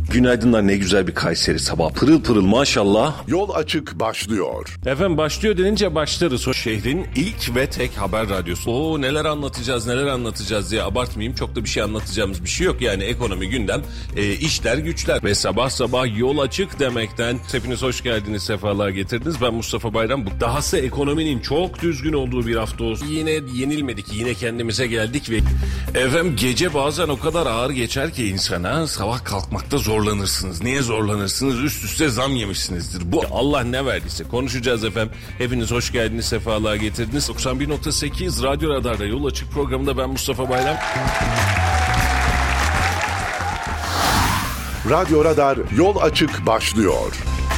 Günaydınlar, ne güzel bir Kayseri sabah, pırıl pırıl maşallah. Yol açık başlıyor. Efendim başlıyor denince başlarız. O şehrin ilk ve tek haber radyosu. Oo, neler anlatacağız diye abartmayayım. Çok da bir şey anlatacağımız bir şey yok. Yani ekonomi, gündem, işler güçler. Ve sabah sabah yol açık demekten hepiniz hoş geldiniz, sefalar getirdiniz. Ben Mustafa Bayram. Bu dahası ekonominin çok düzgün olduğu bir hafta olsun. Yine yenilmedik, yine kendimize geldik ve efendim gece bazen o kadar ağır geçer ki insana, sabah kalkmakta zorlanırsınız. Niye zorlanırsınız? Üst üste zam yemişsinizdir. Bu Allah ne verdiyse. Konuşacağız efendim. Hepiniz hoş geldiniz, sefalar getirdiniz. 91.8 Radyo Radar'da Yol Açık programında ben Mustafa Bayram. Radyo Radar Yol Açık başlıyor.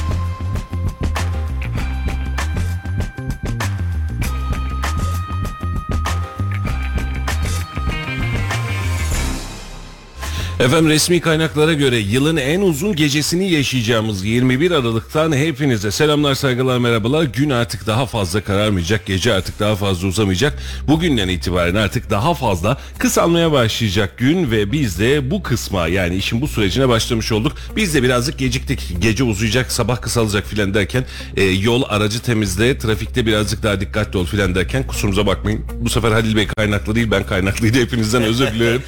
Efendim resmi kaynaklara göre yılın en uzun gecesini yaşayacağımız 21 Aralık'tan hepinize selamlar, saygılar, merhabalar. Gün artık daha fazla kararmayacak, gece artık daha fazla uzamayacak. Bugünden itibaren artık daha fazla kısalmaya başlayacak gün ve biz de bu kısma, yani işin bu sürecine başlamış olduk. Biz de birazcık geciktik. Gece uzayacak, sabah kısalacak filan derken yol aracı temizle, trafikte birazcık daha dikkatli ol filan derken kusurumuza bakmayın. Bu sefer Halil Bey kaynaklı değil, ben kaynaklıydı. Hepinizden özür dilerim.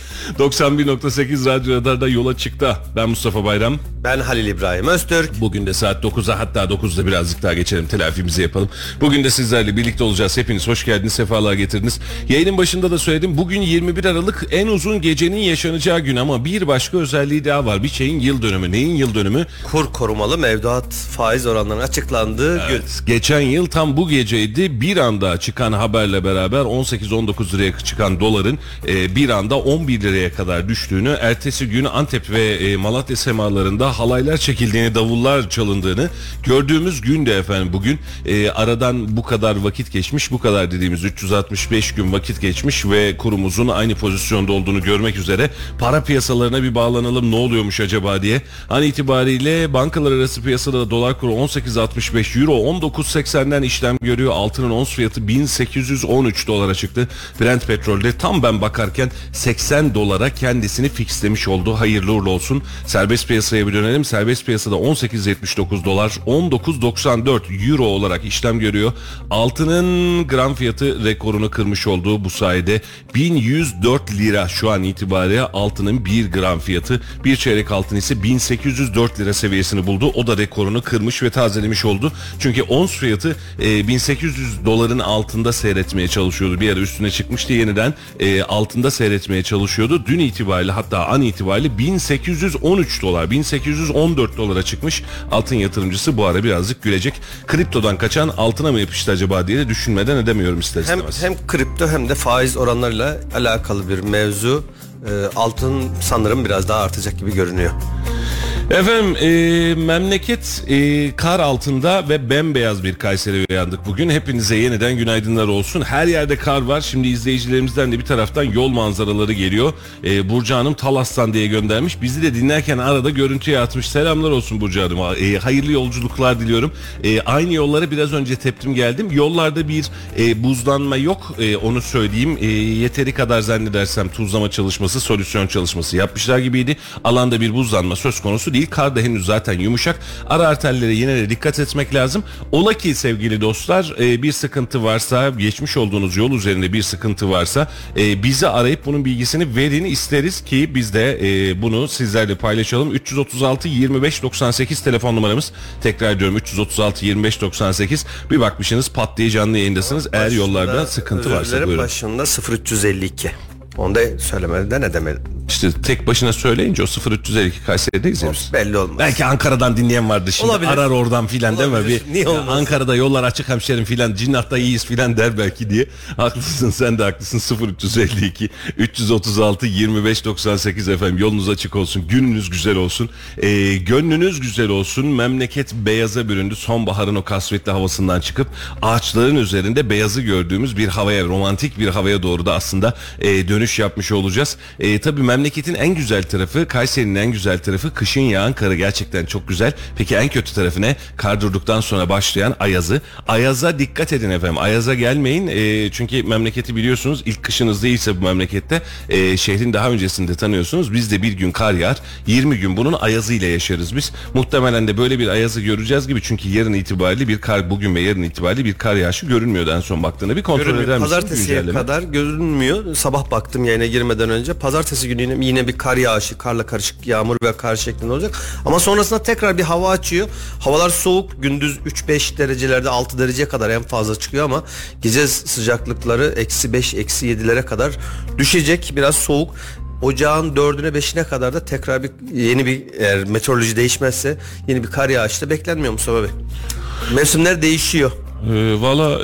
91.8 Radyo Radar'da yola çıktı. Ben Mustafa Bayram. Ben Halil İbrahim Öztürk. Bugün de saat 9'a, hatta 9'da birazcık daha geçelim, telafimizi yapalım. Bugün de sizlerle birlikte olacağız. Hepiniz hoş geldiniz, sefalar getirdiniz. Yayının başında da söyledim. Bugün 21 Aralık en uzun gecenin yaşanacağı gün ama bir başka özelliği daha var. Bir şeyin yıl dönümü. Neyin yıl dönümü? Kur korumalı mevduat faiz oranlarının açıklandığı gün. Geçen yıl tam bu geceydi. Bir anda çıkan haberle beraber 18-19 liraya çıkan doların bir anda 11 liraya kadar düştüğünü, ertesi gün Antep ve Malatya semalarında halaylar çekildiğini, davullar çalındığını gördüğümüz gün de efendim bugün. Aradan bu kadar vakit geçmiş, bu kadar dediğimiz 365 gün vakit geçmiş ve kurumuzun aynı pozisyonda olduğunu görmek üzere para piyasalarına bir bağlanalım, ne oluyormuş acaba diye. An itibariyle bankalar arası piyasada dolar kuru 18.65, euro 19.80'den işlem görüyor. Altının ons fiyatı 1813 dolara çıktı. Brent petrolde tam ben bakarken 80 dolara kendisini fixlemiş oldu. Hayırlı uğurlu olsun. Serbest piyasaya bir dönelim. Serbest piyasada 18.79 dolar, 19.94 euro olarak işlem görüyor. Altının gram fiyatı rekorunu kırmış olduğu bu sayede 1104 lira şu an itibariyle altının 1 gram fiyatı. Bir çeyrek altın ise 1804 lira seviyesini buldu. O da rekorunu kırmış ve tazelemiş oldu. Çünkü ons fiyatı 1800 doların altında seyretmeye çalışıyordu. Bir ara üstüne çıkmıştı, yeniden altında seyretmeye çalışıyordu. Dün itibariyle, hatta an itibariyle 1813 dolar, 1814 dolara çıkmış. Altın yatırımcısı bu ara birazcık gülecek. Kriptodan kaçan altına mı yapıştı acaba diye de düşünmeden edemiyorum ister istemez. Hem kripto hem de faiz oranlarıyla alakalı bir mevzu. Altın sanırım biraz daha artacak gibi görünüyor. Efendim memleket kar altında ve bembeyaz bir Kayseri uyandık bugün. Hepinize yeniden günaydınlar olsun. Her yerde kar var. Şimdi izleyicilerimizden de bir taraftan yol manzaraları geliyor. Burcu Hanım Talas'tan diye göndermiş. Bizi de dinlerken arada görüntüye atmış. Selamlar olsun Burcu Hanım. Hayırlı yolculuklar diliyorum. Aynı yollara biraz önce teptim geldim. Yollarda bir buzlanma yok. Onu söyleyeyim. Yeteri kadar zannedersem tuzlama çalışması, solüsyon çalışması yapmışlar gibiydi. Alanda bir buzlanma söz konusu değil. Kar da henüz zaten yumuşak. Ara arterlere yine de dikkat etmek lazım. Ola ki sevgili dostlar bir sıkıntı varsa, geçmiş olduğunuz yol üzerinde bir sıkıntı varsa bizi arayıp bunun bilgisini verin, isteriz ki biz de bunu sizlerle paylaşalım. 336 25 98 telefon numaramız. Tekrar diyorum, 336 25 98. Bir bakmışsınız pat diye canlı yayındasınız. Eğer yollarda sıkıntı varsa buyurun. Başında 0352. Onu da söylemeden edemedim. İşte tek başına söyleyince o 0352 Kayseri'deyiz ya biz. Belli olmaz. Belki Ankara'dan dinleyen vardı şimdi. Olabilir. Arar oradan filan değil mi? Niye olmaz? Ankara'da yollar açık hemşerim filan, Cinnah'ta iyiyiz filan der belki diye. Haklısın, sen de haklısın. 0352 336 25 98 efendim, yolunuz açık olsun. Gününüz güzel olsun. Gönlünüz güzel olsun. Memleket beyaza büründü. Sonbaharın o kasvetli havasından çıkıp ağaçların üzerinde beyazı gördüğümüz bir havaya, romantik bir havaya doğru da aslında dönüş yapmış olacağız. Tabii memleket memleketin en güzel tarafı, Kayseri'nin en güzel tarafı kışın yağan karı gerçekten çok güzel. Peki en kötü tarafı ne? Kar durduktan sonra başlayan ayazı. Ayaza dikkat edin efendim. Ayaza gelmeyin. Çünkü memleketi biliyorsunuz, ilk kışınız değilse bu memlekette şehrin daha öncesinde tanıyorsunuz. Bizde bir gün kar yağar. 20 gün bunun ayazıyla yaşarız biz. Muhtemelen de böyle bir ayazı göreceğiz gibi. Çünkü yarın itibariyle bir kar, bugün ve yarın itibariyle bir kar yağışı görünmüyordu en son baktığında. Bir kontrol eder misin? Pazartesiye kadar görünmüyor. Sabah baktım yayına girmeden önce. Pazartesi günü yine bir kar yağışı, karla karışık yağmur ve kar şeklinde olacak. Ama sonrasında tekrar bir hava açıyor. Havalar soğuk. Gündüz 3-5 derecelerde, 6 dereceye kadar en fazla çıkıyor ama gece sıcaklıkları -5, -7'lere kadar düşecek. Biraz soğuk. Ocağın 4'üne 5'ine kadar da tekrar yeni bir, eğer meteoroloji değişmezse yeni bir kar yağışı da beklenmiyor Mustafa Bey. Mevsimler değişiyor. Valla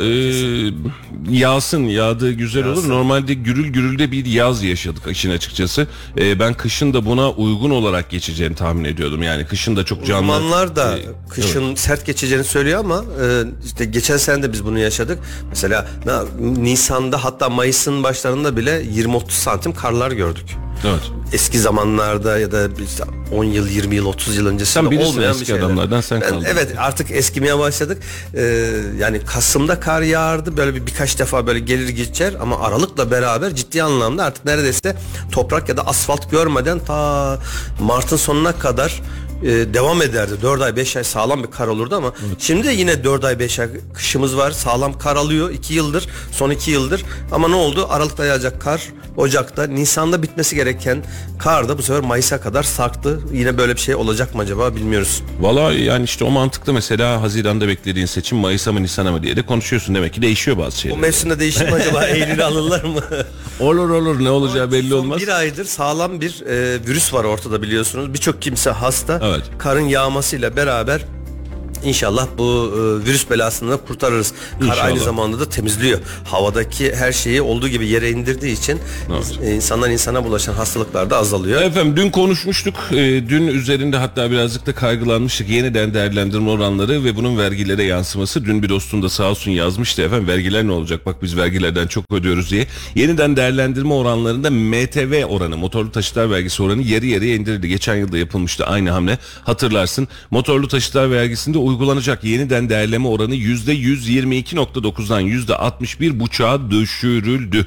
yağsın, yağdığı güzel olur. Normalde gürül gürülde bir yaz yaşadık işin açıkçası. Ben kışın da buna uygun olarak geçeceğini tahmin ediyordum. Yani kışın da çok canlı. Uzmanlar da kışın sert geçeceğini söylüyor ama işte geçen sene de biz bunu yaşadık. Mesela Nisan'da, hatta Mayıs'ın başlarında bile 20-30 santim karlar gördük. Evet. Eski zamanlarda ya da 10 yıl, 20 yıl, 30 yıl öncesinde olmayan bir şeyler. Adamlardan sen kaldın. Evet, artık eskimeye başladık. Yani Kasım'da kar yağardı, böyle birkaç defa böyle gelir geçer ama Aralık'la beraber ciddi anlamda artık neredeyse toprak ya da asfalt görmeden ta Mart'ın sonuna kadar devam ederdi. 4 ay 5 ay sağlam bir kar olurdu ama şimdi de yine 4 ay 5 ay kışımız var. Sağlam kar alıyor 2 yıldır, son 2 yıldır. Ama ne oldu? Aralık'ta yağacak kar Ocak'ta, Nisan'da bitmesi gereken kar da bu sefer Mayıs'a kadar sarktı. Yine böyle bir şey olacak mı acaba bilmiyoruz. Valla yani işte o mantıklı, mesela Haziran'da beklediğin seçim Mayıs'a mı Nisan'a mı diye de konuşuyorsun. Demek ki değişiyor bazı şeyler. O mevsimde değişir mi acaba? Eylül'e alırlar mı? Olur, ne olacağı belli olmaz. Bir aydır sağlam bir virüs var ortada biliyorsunuz. Birçok kimse hasta. Evet. Karın yağmasıyla beraber İnşallah bu virüs belasından kurtarırız. Kar İnşallah. aynı zamanda da temizliyor. Havadaki her şeyi olduğu gibi yere indirdiği için insandan insana bulaşan hastalıklar da azalıyor. Efendim dün konuşmuştuk. Dün üzerinde hatta birazcık da kaygılanmıştık. Yeniden değerlendirme oranları ve bunun vergilere yansıması. Dün bir dostum da sağ olsun yazmıştı. Efendim vergiler ne olacak? Bak biz vergilerden çok ödüyoruz diye. Yeniden değerlendirme oranlarında MTV oranı, motorlu taşıtlar vergisi oranı yarı yarıya indirildi. Geçen yılda yapılmıştı aynı hamle. Hatırlarsın. Motorlu taşıtlar vergisinde uygulanacak yeniden değerleme oranı %122.9'dan %61.5'a düşürüldü.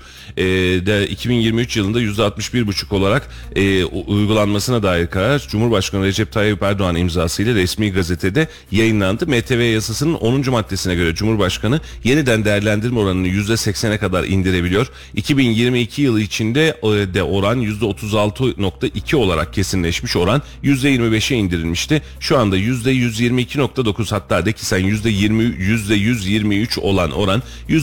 2023 yılında %61.5 olarak uygulanmasına dair karar Cumhurbaşkanı Recep Tayyip Erdoğan imzasıyla resmi gazetede yayınlandı. MTV yasasının 10. maddesine göre Cumhurbaşkanı yeniden değerlendirme oranını %80'e kadar indirebiliyor. 2022 yılı içinde de oran %36.2 olarak kesinleşmiş oran %25'e indirilmişti. Şu anda %122.9, hatta de ki sen %123 olan oran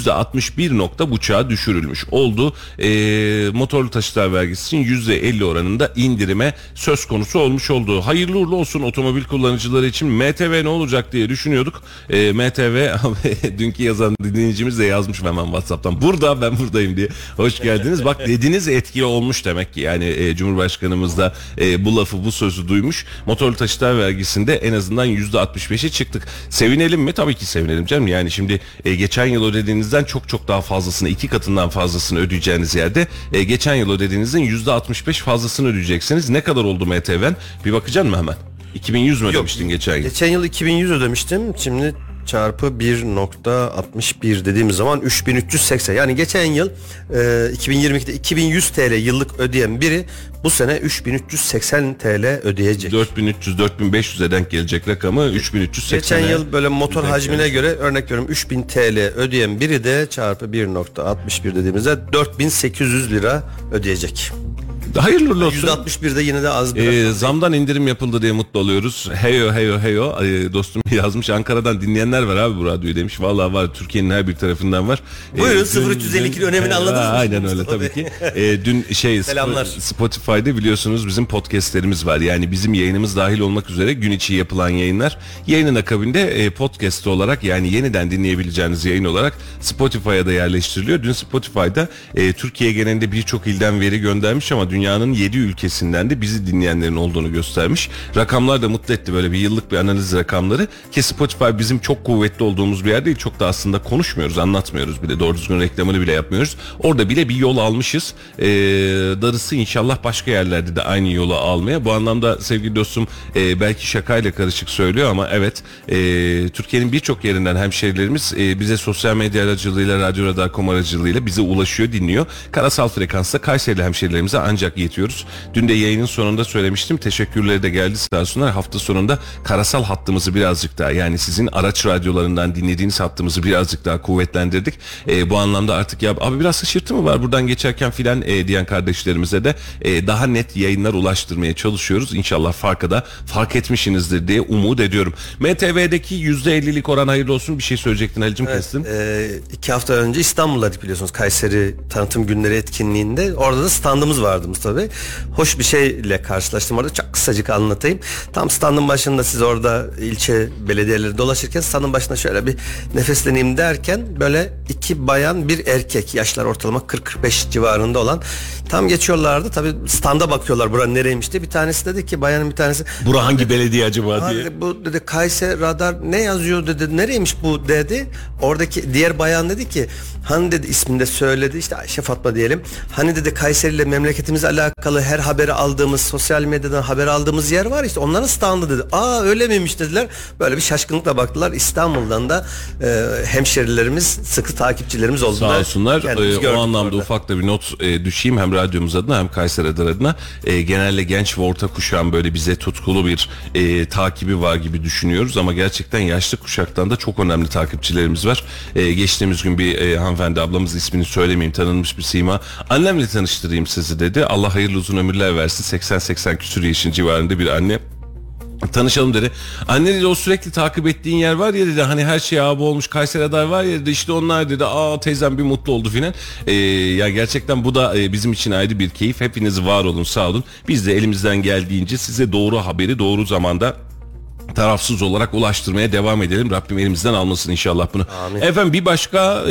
%61.5'a düşürülmüş oldu. Motorlu taşıtlar vergisi için %50 oranında indirime söz konusu olmuş oldu. Hayırlı uğurlu olsun otomobil kullanıcıları için. MTV ne olacak diye düşünüyorduk. MTV dünkü yazan dinleyicimiz de yazmış hemen WhatsApp'tan. Burada, ben buradayım diye. Hoş geldiniz. Bak dediniz, etkili olmuş demek ki. Yani Cumhurbaşkanımız da bu lafı, bu sözü duymuş. Motorlu taşıtlar vergisinde en azından %65'e çıktık. Sevinelim mi? Tabii ki sevinelim canım. Yani şimdi geçen yıl ödediğinizden çok daha fazlasını, 2 katından fazlasını ödeyeceğiniz yerde geçen yıl ödediğinizin %65 fazlasını ödeyeceksiniz. Ne kadar oldu MTV'n? Bir bakacaksın mı hemen? 2100 mü ödemiştin geçen yıl? Geçen yıl 2100 ödemiştim. Şimdi çarpı 1.61 dediğimiz zaman 3380. Yani geçen yıl 2022'de 2100 TL yıllık ödeyen biri bu sene 3380 TL ödeyecek. 4.300-4.500'e denk gelecek rakamı 3380'e. Geçen yıl böyle motor hacmine göre örnek veriyorum 3000 TL ödeyen biri de çarpı 1.61 dediğimizde 4800 lira ödeyecek. Hayırlı olsun. %61'de yine de az bir zamdan indirim yapıldı diye mutlu oluyoruz. Heyo. Dostum yazmış, Ankara'dan dinleyenler var abi bu radyoyu demiş. Vallahi var, Türkiye'nin her bir tarafından var. Buyurun 0352'nin önemini anladınız mı? Aynen öyle tabii ki. Dün Spotify'da biliyorsunuz bizim podcastlerimiz var. Yani bizim yayınımız dahil olmak üzere gün içi yapılan yayınlar. Yayının akabinde podcast olarak, yani yeniden dinleyebileceğiniz yayın olarak Spotify'a da yerleştiriliyor. Dün Spotify'da Türkiye genelinde birçok ilden veri göndermiş ama dünyanın 7 ülkesinden de bizi dinleyenlerin olduğunu göstermiş. Rakamlar da mutlu etti, böyle bir yıllık bir analiz rakamları. Ki Spotify bizim çok kuvvetli olduğumuz bir yer değil. Çok da aslında konuşmuyoruz, anlatmıyoruz bile. Doğru düzgün reklamını bile yapmıyoruz. Orada bile bir yol almışız. Darısı inşallah başka yerlerde de aynı yolu almaya. Bu anlamda sevgili dostum belki şakayla karışık söylüyor ama evet, Türkiye'nin birçok yerinden hemşehrilerimiz bize sosyal medya aracılığıyla, Radyo.com aracılığıyla bize ulaşıyor, dinliyor. Karasal frekansta Kayserili hemşehrilerimize ancak yetiyoruz. Dün de yayının sonunda söylemiştim. Teşekkürleri de geldi sağ olsunlar. Hafta sonunda karasal hattımızı birazcık daha, yani sizin araç radyolarından dinlediğiniz hattımızı birazcık daha kuvvetlendirdik. Bu anlamda artık ya abi biraz şaşırtı mı var buradan geçerken filan diyen kardeşlerimize de daha net yayınlar ulaştırmaya çalışıyoruz. İnşallah fark etmişsinizdir diye umut ediyorum. MTV'deki %50'lik oran hayırlı olsun. Bir şey söyleyecektin Halicim, evet, kestim. 2 hafta önce İstanbul'da biliyorsunuz Kayseri Tanıtım Günleri etkinliğinde. Orada da standımız vardı Mustafa Bey. Hoş bir şeyle karşılaştım orada. Çok kısacık anlatayım. Tam standın başında, siz orada ilçe belediyeleri dolaşırken standın başında şöyle bir nefesleneyim derken böyle 2 bayan bir erkek, yaşlar ortalama 40-45 civarında olan tam geçiyorlardı. Tabii standa bakıyorlar buranın nereymiş diye. Bir tanesi dedi ki, bayanın bir tanesi, Bura hangi belediye acaba diye. Dedi, bu dedi Kayseri Radar ne yazıyor dedi, nereymiş bu dedi. Oradaki diğer bayan dedi ki, hani dedi, ismini de söyledi, işte Ayşe Fatma diyelim. Hani dedi Kayseri ile memleketimizle alakalı her haberi aldığımız, sosyal medyadan haber aldığımız yer var, işte onların standı dedi. Aa öyle miymiş dediler. Böyle bir şaşkınlıkla baktılar. İstanbul'dan da hemşerilerimiz, sıkı takipçilerimiz oldular. Sağ olsunlar. O anlamda orada ufak da bir not düşeyim hem radyomuz adına hem Kayseri adına. Genelde genç ve orta kuşağın böyle bize tutkulu bir takibi var gibi düşünüyoruz ama gerçekten yaşlı kuşaktan da çok önemli takipçilerimiz var. Geçtiğimiz gün bir hanımefendi, ablamız, ismini söylemeyeyim, tanınmış bir sima, annemle tanıştırayım sizi dedi. Allah hayırlı uzun ömürler versin. 80-80 küsur yaşın civarında bir anne. Tanışalım dedi. Anne dedi, o sürekli takip ettiğin yer var ya dedi, hani her şey abi olmuş, Kayseri Radar var ya dedi, işte onlar dedi. Aa teyzem bir mutlu oldu filan. Ya gerçekten bu da bizim için ayrı bir keyif. Hepiniz var olun, sağ olun. Biz de elimizden geldiğince size doğru haberi doğru zamanda tarafsız olarak ulaştırmaya devam edelim. Rabbim elimizden almasın inşallah bunu. Amin. Efendim bir başka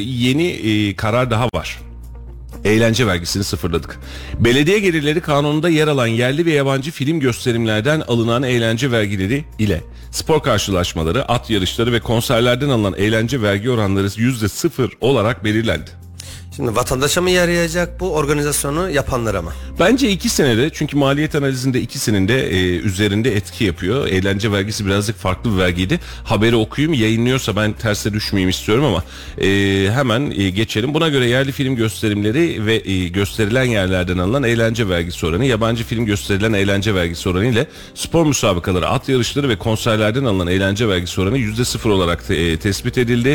yeni karar daha var. Eğlence vergisini sıfırladık. Belediye gelirleri kanununda yer alan yerli ve yabancı film gösterimlerden alınan eğlence vergileri ile spor karşılaşmaları, at yarışları ve konserlerden alınan eğlence vergi oranları %0 olarak belirlendi. Şimdi vatandaşa mı yarayacak bu, organizasyonu yapanlara mı? Bence ikisine de, çünkü maliyet analizinde ikisinin de üzerinde etki yapıyor. Eğlence vergisi birazcık farklı bir vergiydi. Haberi okuyayım, yayınlıyorsa ben terse düşmeyeyim istiyorum ama hemen geçelim. Buna göre yerli film gösterimleri ve gösterilen yerlerden alınan eğlence vergisi oranı, yabancı film gösterilen eğlence vergisi oranı ile spor müsabakaları, at yarışları ve konserlerden alınan eğlence vergisi oranı %0 olarak tespit edildi.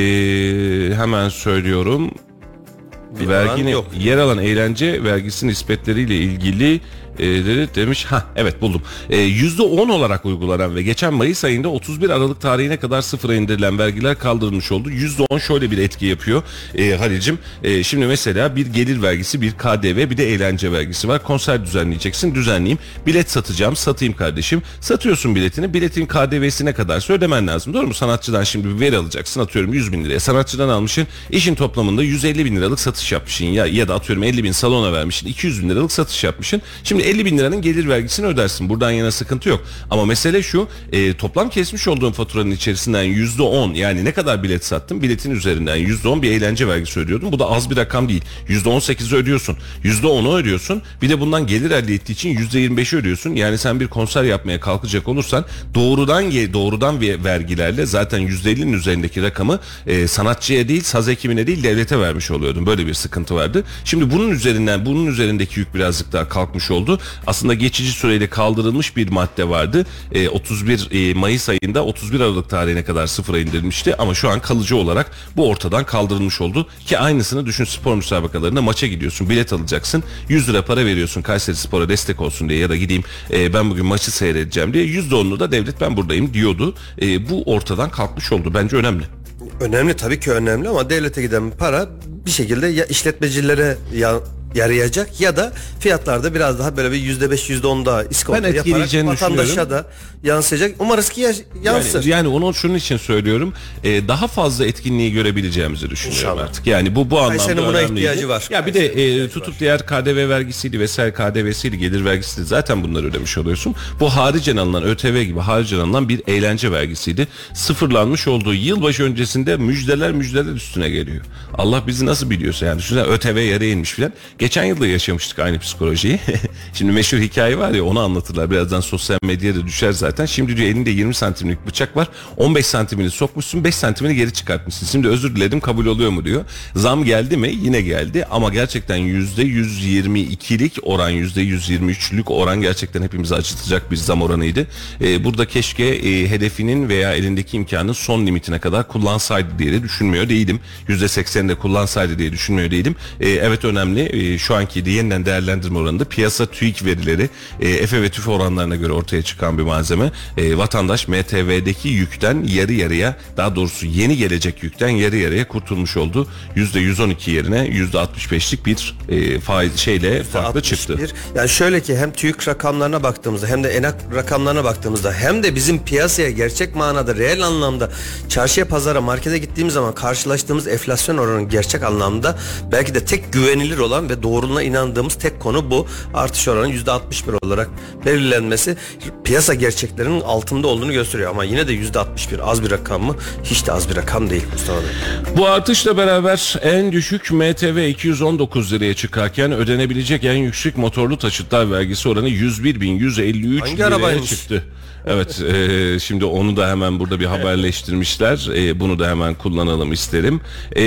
Hemen söylüyorum. Verginin yer alan eğlence vergisi nispetleriyle ilgili demiş. Evet buldum. %10 olarak uygulanan ve geçen Mayıs ayında 31 Aralık tarihine kadar sıfıra indirilen vergiler kaldırılmış oldu. %10 şöyle bir etki yapıyor Halicim. Şimdi mesela bir gelir vergisi, bir KDV, bir de eğlence vergisi var. Konser düzenleyeceksin, düzenleyeyim. Bilet satacağım, satayım kardeşim. Satıyorsun biletini. Biletin KDV'sine kadar ödemen lazım. Doğru mu? Sanatçıdan şimdi bir veri alacaksın. Atıyorum 100 bin liraya. Sanatçıdan almışsın. İşin toplamında 150 bin liralık satış yapmışsın. Ya da atıyorum 50 bin salona vermişsin. 200 bin liralık satış yapmışsın. Şimdi 50 bin liranın gelir vergisini ödersin. Buradan yana sıkıntı yok. Ama mesele şu, toplam kesmiş olduğun faturanın içerisinden %10, yani ne kadar bilet sattın, biletin üzerinden %10 bir eğlence vergisi ödüyordun. Bu da az bir rakam değil. %18'i ödüyorsun. %10'u ödüyorsun. Bir de bundan gelir elde ettiği için %25'i ödüyorsun. Yani sen bir konser yapmaya kalkacak olursan doğrudan vergilerle zaten %50'nin üzerindeki rakamı sanatçıya değil, saz ekibine değil, devlete vermiş oluyordun. Böyle bir sıkıntı vardı. Şimdi bunun üzerindeki yük birazcık daha kalkmış oldu. Aslında geçici süreyle kaldırılmış bir madde vardı. 31 Mayıs ayında 31 Aralık tarihine kadar sıfıra indirilmişti ama şu an kalıcı olarak bu ortadan kaldırılmış oldu. Ki aynısını düşün, spor müsabakalarında maça gidiyorsun, bilet alacaksın, 100 lira para veriyorsun Kayseri Spor'a destek olsun diye ya da gideyim ben bugün maçı seyredeceğim diye, %10'unu da devlet ben buradayım diyordu. Bu ortadan kalkmış oldu. Bence önemli. Önemli, tabii ki önemli ama devlete giden para bir şekilde ya işletmecilere yarayacak ya da fiyatlarda biraz daha böyle bir %5 %10 daha iskonto Ben yaparak etkileyeceğini vatandaşa düşünüyorum. da yansıyacak. Umarız ki yansır. Yani onu şunun için söylüyorum. Daha fazla etkinliği görebileceğimizi düşünüyorum İnşallah. artık. Yani bu anlamda Kayseri'nin buna önemliydi. ihtiyacı var. Ya bir de tutup diğer KDV vergisiydi vesaire, KDV'siydi, gelir vergisiydi, zaten bunları ödemiş oluyorsun. Bu haricen alınan ÖTV gibi haricen alınan bir eğlence vergisiydi. Sıfırlanmış olduğu yılbaşı öncesinde müjdeler üstüne geliyor. Allah bizi nasıl biliyorsa yani. Düşünsene, ÖTV yarıya inmiş filan. Geçen yılda yaşamıştık aynı psikolojiyi. Şimdi meşhur hikaye var ya, onu anlatırlar. Birazdan sosyal medyada düşer zaten. Şimdi diyor elinde 20 santimlik bıçak var. 15 santimini sokmuşsun, 5 santimini geri çıkartmışsın. Şimdi özür diledim, kabul oluyor mu diyor. Zam geldi mi? Yine geldi. Ama gerçekten %122'lik oran, %123'lük oran gerçekten hepimizi acıtacak bir zam oranıydı. Burada keşke hedefinin veya elindeki imkanın son limitine kadar kullansaydı diye de düşünmüyor değilim. %80'de kullansaydı diye düşünmüyor değilim. Evet, önemli. Şu anki yeniden değerlendirme oranında piyasa TÜİK verileri, EFE ve TÜFE oranlarına göre ortaya çıkan bir malzeme. Vatandaş MTV'deki yükten yarı yarıya, daha doğrusu yeni gelecek yükten yarı yarıya kurtulmuş oldu. %112 yerine %65'lik bir faiz farklı çıktı. Yani şöyle ki, hem TÜİK rakamlarına baktığımızda hem de ENAK rakamlarına baktığımızda hem de bizim piyasaya gerçek manada, reel anlamda çarşıya, pazara, markete gittiğimiz zaman karşılaştığımız enflasyon oranının gerçek anlamda belki de tek güvenilir olan ve doğruluğuna inandığımız tek konu bu. Artış oranı %61 olarak belirlenmesi piyasa gerçeklerinin altında olduğunu gösteriyor. Ama yine de %61 az bir rakam mı? Hiç de az bir rakam değil Mustafa Bey. Bu artışla beraber en düşük MTV 219 liraya çıkarken ödenebilecek en yüksek motorlu taşıtlar vergisi oranı 101.153 Hangi liraya arabaymış? çıktı. Evet, şimdi onu da hemen burada bir haberleştirmişler. Bunu da hemen kullanalım isterim.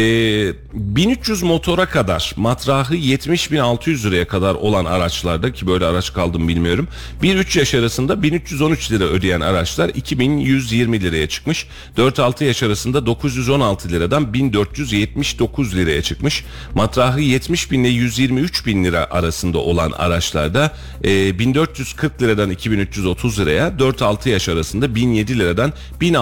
1300 motora kadar, matrahı 70.600 liraya kadar olan araçlarda, ki böyle araç kaldım bilmiyorum, 1-3 yaş arasında 1313 lira ödeyen araçlar 2120 liraya çıkmış. 4-6 yaş arasında 916 liradan 1479 liraya çıkmış. Matrahı 70.000 ile 123.000 lira arasında olan araçlarda 1440 liradan 2330 liraya, 4-6 yaş arasında 1007 liradan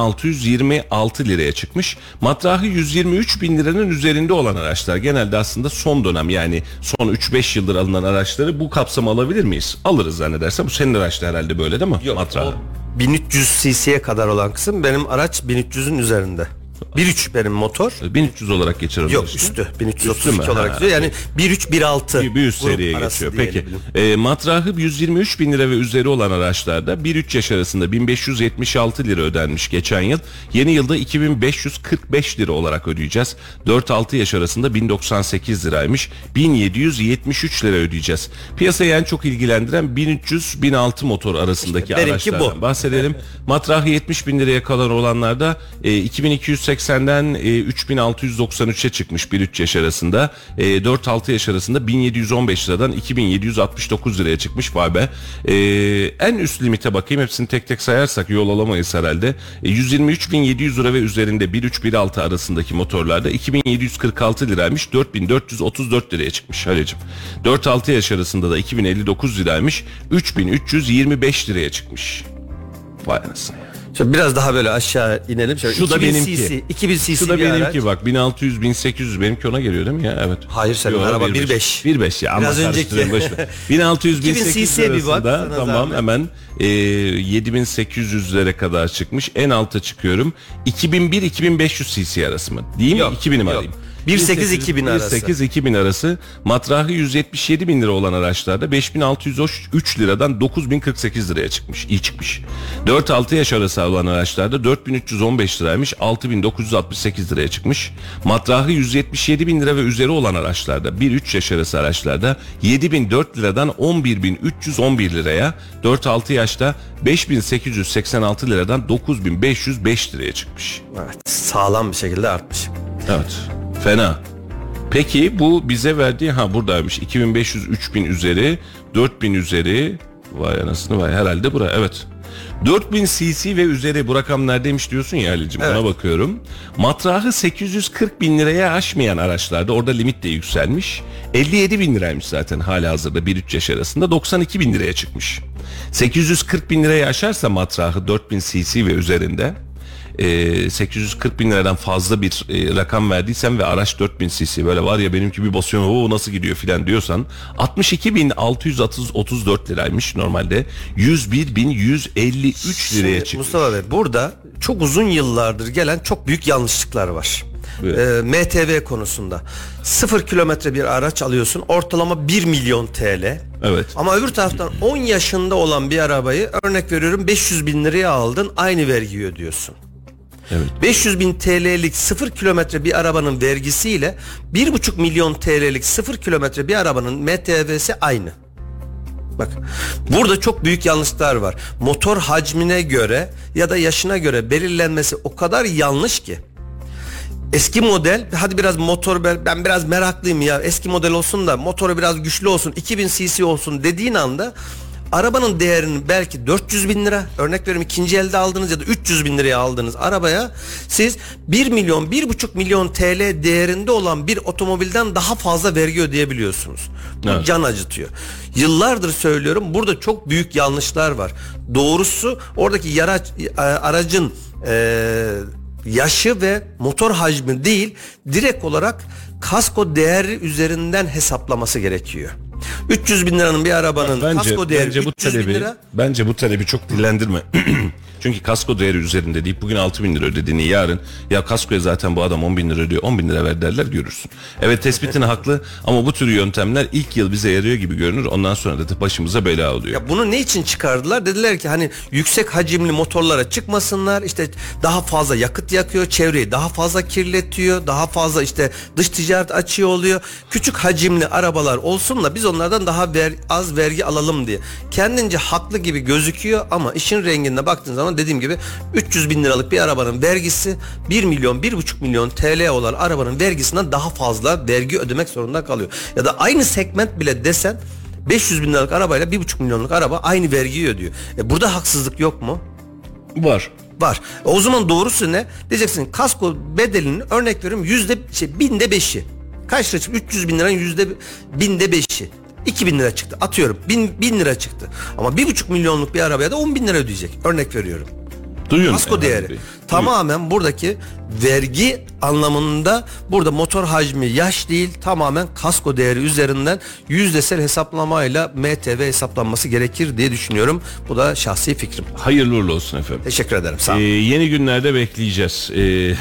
1626 liraya çıkmış. Matrahı 123.000 liranın üzerinde olan araçlar, genelde aslında son dönem, yani son 3-5 yıldır alınan araçları bu kapsama alabilir miyiz? Alırız zannedersem. Bu senin araçta herhalde böyle değil mi? Yok, Matrahı. o 1300 cc'ye kadar olan kısım, benim araç 1300'ün üzerinde. 1.3 benim motor. 1300 olarak geçer onun Yok, üstü. üstü. 1332 Üstü mü? olarak Ha. gidiyor. Yani 1.3 1.6 Bir üst seriye geçiyor. Peki. Matrahı 123.000 lira ve üzeri olan araçlarda 1-3 yaş arasında 1576 lira ödenmiş geçen yıl. Yeni yılda 2545 lira olarak ödeyeceğiz. 4-6 yaş arasında 1098 liraymış. 1773 lira ödeyeceğiz. Piyasayı en çok ilgilendiren 1300-1006 motor arasındaki benimki araçlardan bu. bahsedelim. Matrahı 70.000 liraya kadar olanlarda 2280'den 3693'e çıkmış 1-3 yaş arasında. 4-6 yaş arasında 1715 liradan 2769 liraya çıkmış. Vay be. En üst limite bakayım, hepsini tek tek sayarsak yol alamayız herhalde. 123.700 lira ve üzerinde 1-3-1-6 arasındaki motorlarda 2746 liraymış, 4434 liraya çıkmış Halicim. 4-6 yaş arasında da 2059 liraymış, 3325 liraya çıkmış. Vay anasını. Şöyle biraz daha böyle aşağı inelim. Şöyle Şu da 2000 benimki. cc, 2000 cc Şu da bir benimki araç. bak, 1600 1800 benimki ona geliyor değil mi ya? Evet. Hayır, senin araba 1.5. 1.5 ya, ama Biraz önceki. karıştırıyorum, boş ver. 1600 2000 1800 cc'ye bir bak, arasında sana tamam, zahmet. hemen 7800'lere kadar çıkmış. En alta çıkıyorum. 2001 2500 cc arası mı? Değil mi? Yok, 2000'i mi yok. alayım? 1.8-2000 arası. 1.8-2000 arası. Matrahı 177 bin lira olan araçlarda 5603 liradan 9048 liraya çıkmış. İyi çıkmış. 4-6 yaş arası olan araçlarda 4315 liraymış, 6968 liraya çıkmış. Matrahı 177 bin lira ve üzeri olan araçlarda 1-3 yaş arası araçlarda 7004 liradan 11311 liraya, 4-6 yaşta 5886 liradan 9505 liraya çıkmış. Evet, sağlam bir şekilde artmış. Evet. Fena. Peki bu bize verdiği, buradaymış, 2500 3000 üzeri, 4000 üzeri, vay anasını vay, herhalde bura, evet. 4000 cc ve üzeri, bu rakam neredeymiş diyorsun ya Ali'cim, evet. Ona bakıyorum. Matrahı 840 bin liraya aşmayan araçlarda, orada limit de yükselmiş. 57 bin liraymış zaten hala hazırda 1-3 yaş arasında, 92 bin liraya çıkmış. 840 bin liraya aşarsa matrahı 4000 cc ve üzerinde 840 bin liradan fazla bir rakam verdiysen ve araç 4000 cc, böyle var ya benimki bir basıyor o nasıl gidiyor filan diyorsan, 62.634 liraymış normalde, 101.153 liraya çıkıyor. Mustafa Bey, burada çok uzun yıllardır gelen çok büyük yanlışlıklar var. Evet. MTV konusunda 0 kilometre bir araç alıyorsun, ortalama 1 milyon TL. Evet. Ama öbür taraftan 10 yaşında olan bir arabayı, örnek veriyorum, 500 bin liraya aldın, aynı vergiyi ödüyorsun. Evet. 500 bin TL'lik 0 kilometre bir arabanın vergisiyle 1,5 milyon TL'lik 0 kilometre bir arabanın MTV'si aynı. Bak, burada çok büyük yanlışlar var. Motor hacmine göre ya da yaşına göre belirlenmesi o kadar yanlış ki. Eski model, hadi biraz motor, ben biraz meraklıyım ya, eski model olsun da motoru biraz güçlü olsun, 2000 cc olsun dediğin anda arabanın değerinin belki 400 bin lira, örnek veriyorum, ikinci elde aldığınız ya da 300 bin liraya aldığınız arabaya siz 1 milyon 1,5 milyon TL değerinde olan bir otomobilden daha fazla vergi ödeyebiliyorsunuz. Bu Evet. can acıtıyor. Yıllardır söylüyorum, burada çok büyük yanlışlar var. Doğrusu oradaki aracın yaşı ve motor hacmi değil, direkt olarak kasko değeri üzerinden hesaplaması gerekiyor. 300 bin liranın bir arabanın kasko değeri 300 bin lira. Bence bu talebi çok dillendirme. Çünkü kasko değeri üzerinde deyip bugün 6 bin lira ödediğini yarın ya kaskoya zaten bu adam 10 bin lira ödüyor, 10 bin lira ver derler, görürsün. Evet, tespitin haklı ama bu tür yöntemler ilk yıl bize yarıyor gibi görünür, ondan sonra da başımıza bela oluyor. Ya bunu ne için çıkardılar? Dediler ki hani yüksek hacimli motorlara çıkmasınlar, işte daha fazla yakıt yakıyor, çevreyi daha fazla kirletiyor, daha fazla işte dış ticaret açığı oluyor. Küçük hacimli arabalar olsun da biz onlardan daha az vergi alalım diye. Kendince haklı gibi gözüküyor ama işin renginde baktığın zaman dediğim gibi 300 bin liralık bir arabanın vergisi 1 milyon 1,5 milyon TL olan arabanın vergisinden daha fazla vergi ödemek zorunda kalıyor. Ya da aynı segment bile desen 500 bin liralık arabayla 1,5 milyonluk araba aynı vergiyi ödüyor. Burada haksızlık yok mu? Var. Var. O zaman doğrusu ne? Diyeceksin kasko bedelinin, örnek veriyorum, binde 5'i. Kaç lira çıktı? 300 bin liranın binde 5'i. 2.000 lira çıktı. Atıyorum. 1000 lira çıktı. Ama 1,5 milyonluk bir arabaya da 10 bin lira ödeyecek. Örnek veriyorum. Duyuyorsun. Kasko değeri. Tamamen buradaki vergi anlamında burada motor hacmi, yaş değil, tamamen kasko değeri üzerinden yüzdesel hesaplamayla MTV hesaplanması gerekir diye düşünüyorum. Bu da şahsi fikrim. Hayırlı uğurlu olsun efendim. Teşekkür ederim. Sağ olun. Yeni günlerde bekleyeceğiz.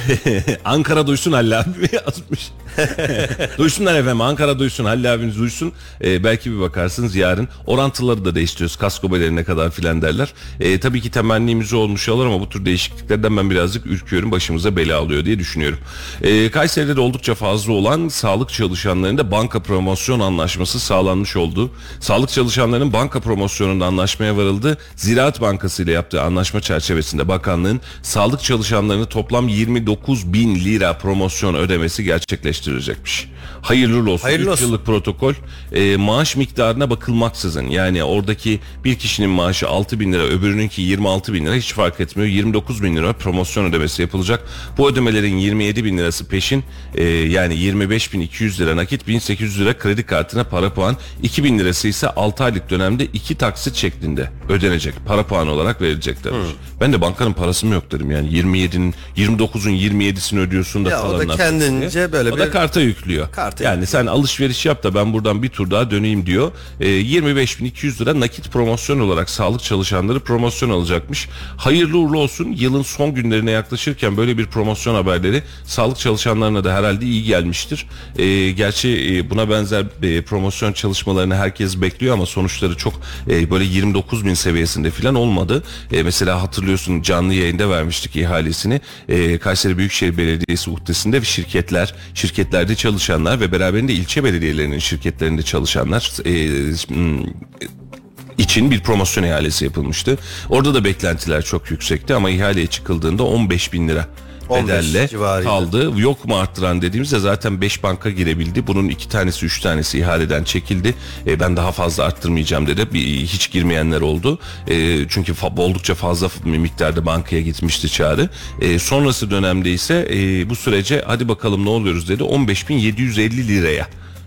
Ankara duysun, Halil abi yazmış. Duysunlar efendim, Ankara duysun, Halil abiniz duysun. Belki bir bakarsınız yarın orantıları da değiştiriyoruz, kasko bedeline kadar filan derler. Tabii ki temennimiz olmuş olur ama bu tür değişikliklerden ben birazcık ürküyorum, başımıza bela alıyor diye düşünüyorum. Kayseri'de de oldukça fazla olan sağlık çalışanlarında banka promosyon anlaşması sağlanmış oldu. Sağlık çalışanlarının banka promosyonunda anlaşmaya varıldı. Ziraat Bankası ile yaptığı anlaşma çerçevesinde bakanlığın sağlık çalışanlarını toplam 29 bin lira promosyon ödemesi gerçekleştirecekmiş. Hayırlı olsun. Hayırlı 3 olsun. yıllık protokol, maaş miktarına bakılmaksızın, yani oradaki bir kişinin maaşı 6 bin lira, öbürününki 26 bin lira, hiç fark etmiyor. 29 bin lira promosyon ödemesi yapılacak. Bu ödemelerin 27 bin lirası peşin, yani 25.200 lira nakit, 1.800 lira kredi kartına para puan, 2 bin lirası ise 6 aylık dönemde 2 taksit şeklinde ödenecek. Para puanı olarak vereceklermiş. Ben de bankanın parası mı yok dedim, yani 29'un 27'sini ödüyorsun da Ya falan. o da kendince böyle o da karta yüklüyor. Yani sen alışveriş yap da ben buradan bir tur daha döneyim diyor. 25.200 lira nakit promosyon olarak sağlık çalışanları promosyon alacakmış. Hayırlı uğurlu olsun. Yılın son günlerine yaklaşırken böyle bir promosyon haberleri sağlık çalışanlarına da herhalde iyi gelmiştir. Gerçi buna benzer promosyon çalışmalarını herkes bekliyor ama sonuçları çok böyle 29 bin seviyesinde falan olmadı. Mesela hatırlıyorsun, canlı yayında vermiştik ihalesini. Kayseri Büyükşehir Belediyesi uhdesinde şirketlerde çalışanlar ve beraberinde ilçe belediyelerinin şirketlerinde çalışanlar için bir promosyon ihalesi yapılmıştı. Orada da beklentiler çok yüksekti ama ihaleye çıkıldığında 15 bin lira bedelle kaldı. Yok mu arttıran dediğimizde zaten 5 banka girebildi. Bunun 2 tanesi 3 tanesi ihaleden çekildi. Ben daha fazla arttırmayacağım dedi. Hiç girmeyenler oldu. Çünkü oldukça fazla miktarda bankaya gitmişti çağrı. Sonrası dönemde ise bu sürece hadi bakalım ne oluyoruz dedi. 15.750 liraya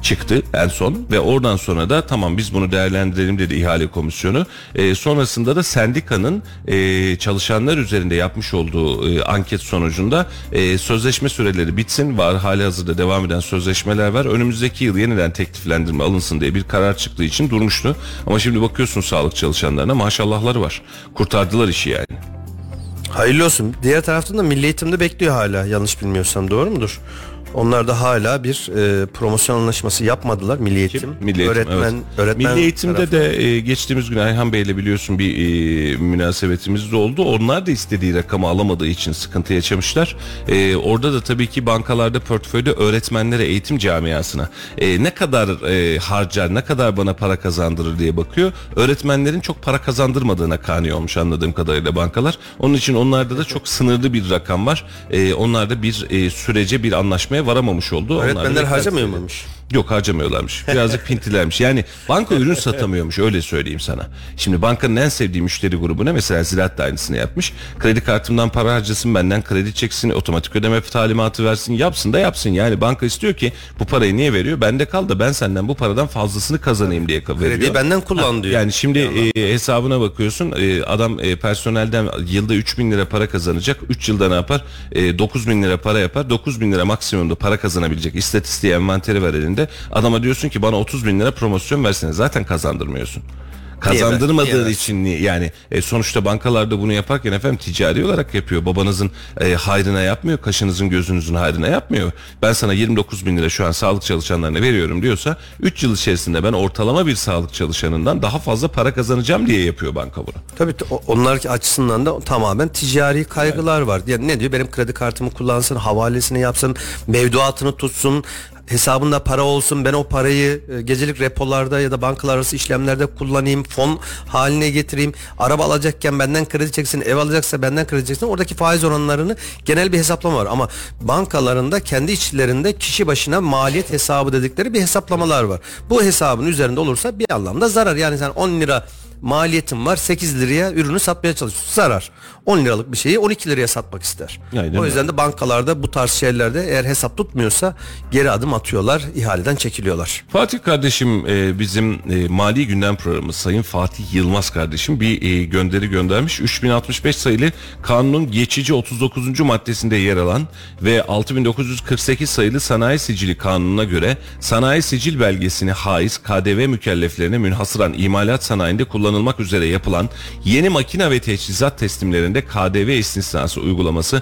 çıktı en son ve oradan sonra da tamam biz bunu değerlendirelim dedi ihale komisyonu. Sonrasında da sendikanın çalışanlar üzerinde yapmış olduğu anket sonucunda sözleşme süreleri bitsin, var hali hazırda devam eden sözleşmeler var, önümüzdeki yıl yeniden tekliflendirme alınsın diye bir karar çıktığı için durmuştu. Ama şimdi bakıyorsun sağlık çalışanlarına maşallahları var, kurtardılar işi yani. Hayırlı olsun. Diğer taraftan da Milli Eğitim'de bekliyor hala, yanlış bilmiyorsam, doğru mudur? Onlar da hala bir promosyon anlaşması yapmadılar. Milli Eğitim. Milli Eğitim, öğretmen Milli Eğitim'de tarafı. de geçtiğimiz gün Ayhan Bey'le biliyorsun bir münasebetimiz de oldu. Onlar da istediği rakamı alamadığı için sıkıntı yaşamışlar. Orada da tabii ki bankalarda portföyde öğretmenlere, eğitim camiasına ne kadar harcar, ne kadar bana para kazandırır diye bakıyor. Öğretmenlerin çok para kazandırmadığına kani olmuş anladığım kadarıyla bankalar. Onun için onlarda da çok sınırlı bir rakam var. Onlar da bir sürece, bir anlaşmaya varamamış oldu. Öğretmenler harcamıyor muymuş? Yok, harcamıyorlarmış. Birazcık pintilermiş. Yani banka ürün satamıyormuş, öyle söyleyeyim sana. Şimdi bankanın en sevdiği müşteri grubu ne? Mesela Ziraat da aynısını yapmış. Kredi kartımdan para harcasın, benden kredi çeksin, otomatik ödeme talimatı versin, yapsın da yapsın. Yani banka istiyor ki bu parayı niye veriyor? Bende kal da ben senden bu paradan fazlasını kazanayım diye veriyor. Krediyi benden kullan diyor. Yani şimdi hesabına bakıyorsun, adam personelden yılda 3.000 lira para kazanacak. 3 yılda ne yapar? 9.000 lira para yapar. 9.000 lira maksimumda para kazanabilecek istatistiği, envanteri var elinde. Adama diyorsun ki bana 30.000 lira promosyon versene, zaten kazandırmıyorsun. Kazandırmadığı için yani sonuçta bankalarda bunu yaparken efendim ticari olarak yapıyor. Babanızın hayrına yapmıyor, kaşınızın gözünüzün hayrına yapmıyor. Ben sana 29.000 lira şu an sağlık çalışanlarına veriyorum diyorsa 3 yıl içerisinde ben ortalama bir sağlık çalışanından daha fazla para kazanacağım diye yapıyor banka bunu. Tabii onlar açısından da tamamen ticari kaygılar var. Yani ne diyor? Benim kredi kartımı kullansın, havalesini yapsın, mevduatını tutsun, hesabında para olsun, ben o parayı gecelik repolarda ya da bankalar arası işlemlerde kullanayım, fon haline getireyim, araba alacakken benden kredi çeksin, ev alacaksa benden kredi çeksin. Oradaki faiz oranlarını genel bir hesaplama var ama bankalarında kendi içlerinde kişi başına maliyet hesabı dedikleri bir hesaplamalar var. Bu hesabın üzerinde olursa bir anlamda zarar. Yani sen 10 lira maliyetin var, 8 liraya ürünü satmaya çalışıyorsun, zarar. 10 liralık bir şeyi 12 liraya satmak ister. Aynen o yüzden de bankalarda bu tarz şeylerde eğer hesap tutmuyorsa geri adım atıyorlar, ihaleden çekiliyorlar. Fatih kardeşim bizim Mali Gündem Programı Sayın Fatih Yılmaz kardeşim bir gönderi göndermiş. 3065 sayılı kanunun geçici 39. maddesinde yer alan ve 6948 sayılı Sanayi Sicili Kanunu'na göre sanayi sicil belgesini haiz KDV mükelleflerine münhasıran imalat sanayinde kullanılmak üzere yapılan yeni makine ve teçhizat teslimlerinde KDV istisnası uygulaması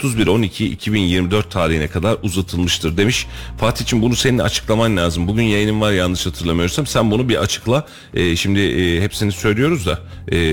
31.12.2024 tarihine kadar uzatılmıştır demiş. Fatih'ciğim bunu senin açıklaman lazım. Bugün yayının var yanlış hatırlamıyorsam. Sen bunu bir açıkla. Şimdi hepsini söylüyoruz da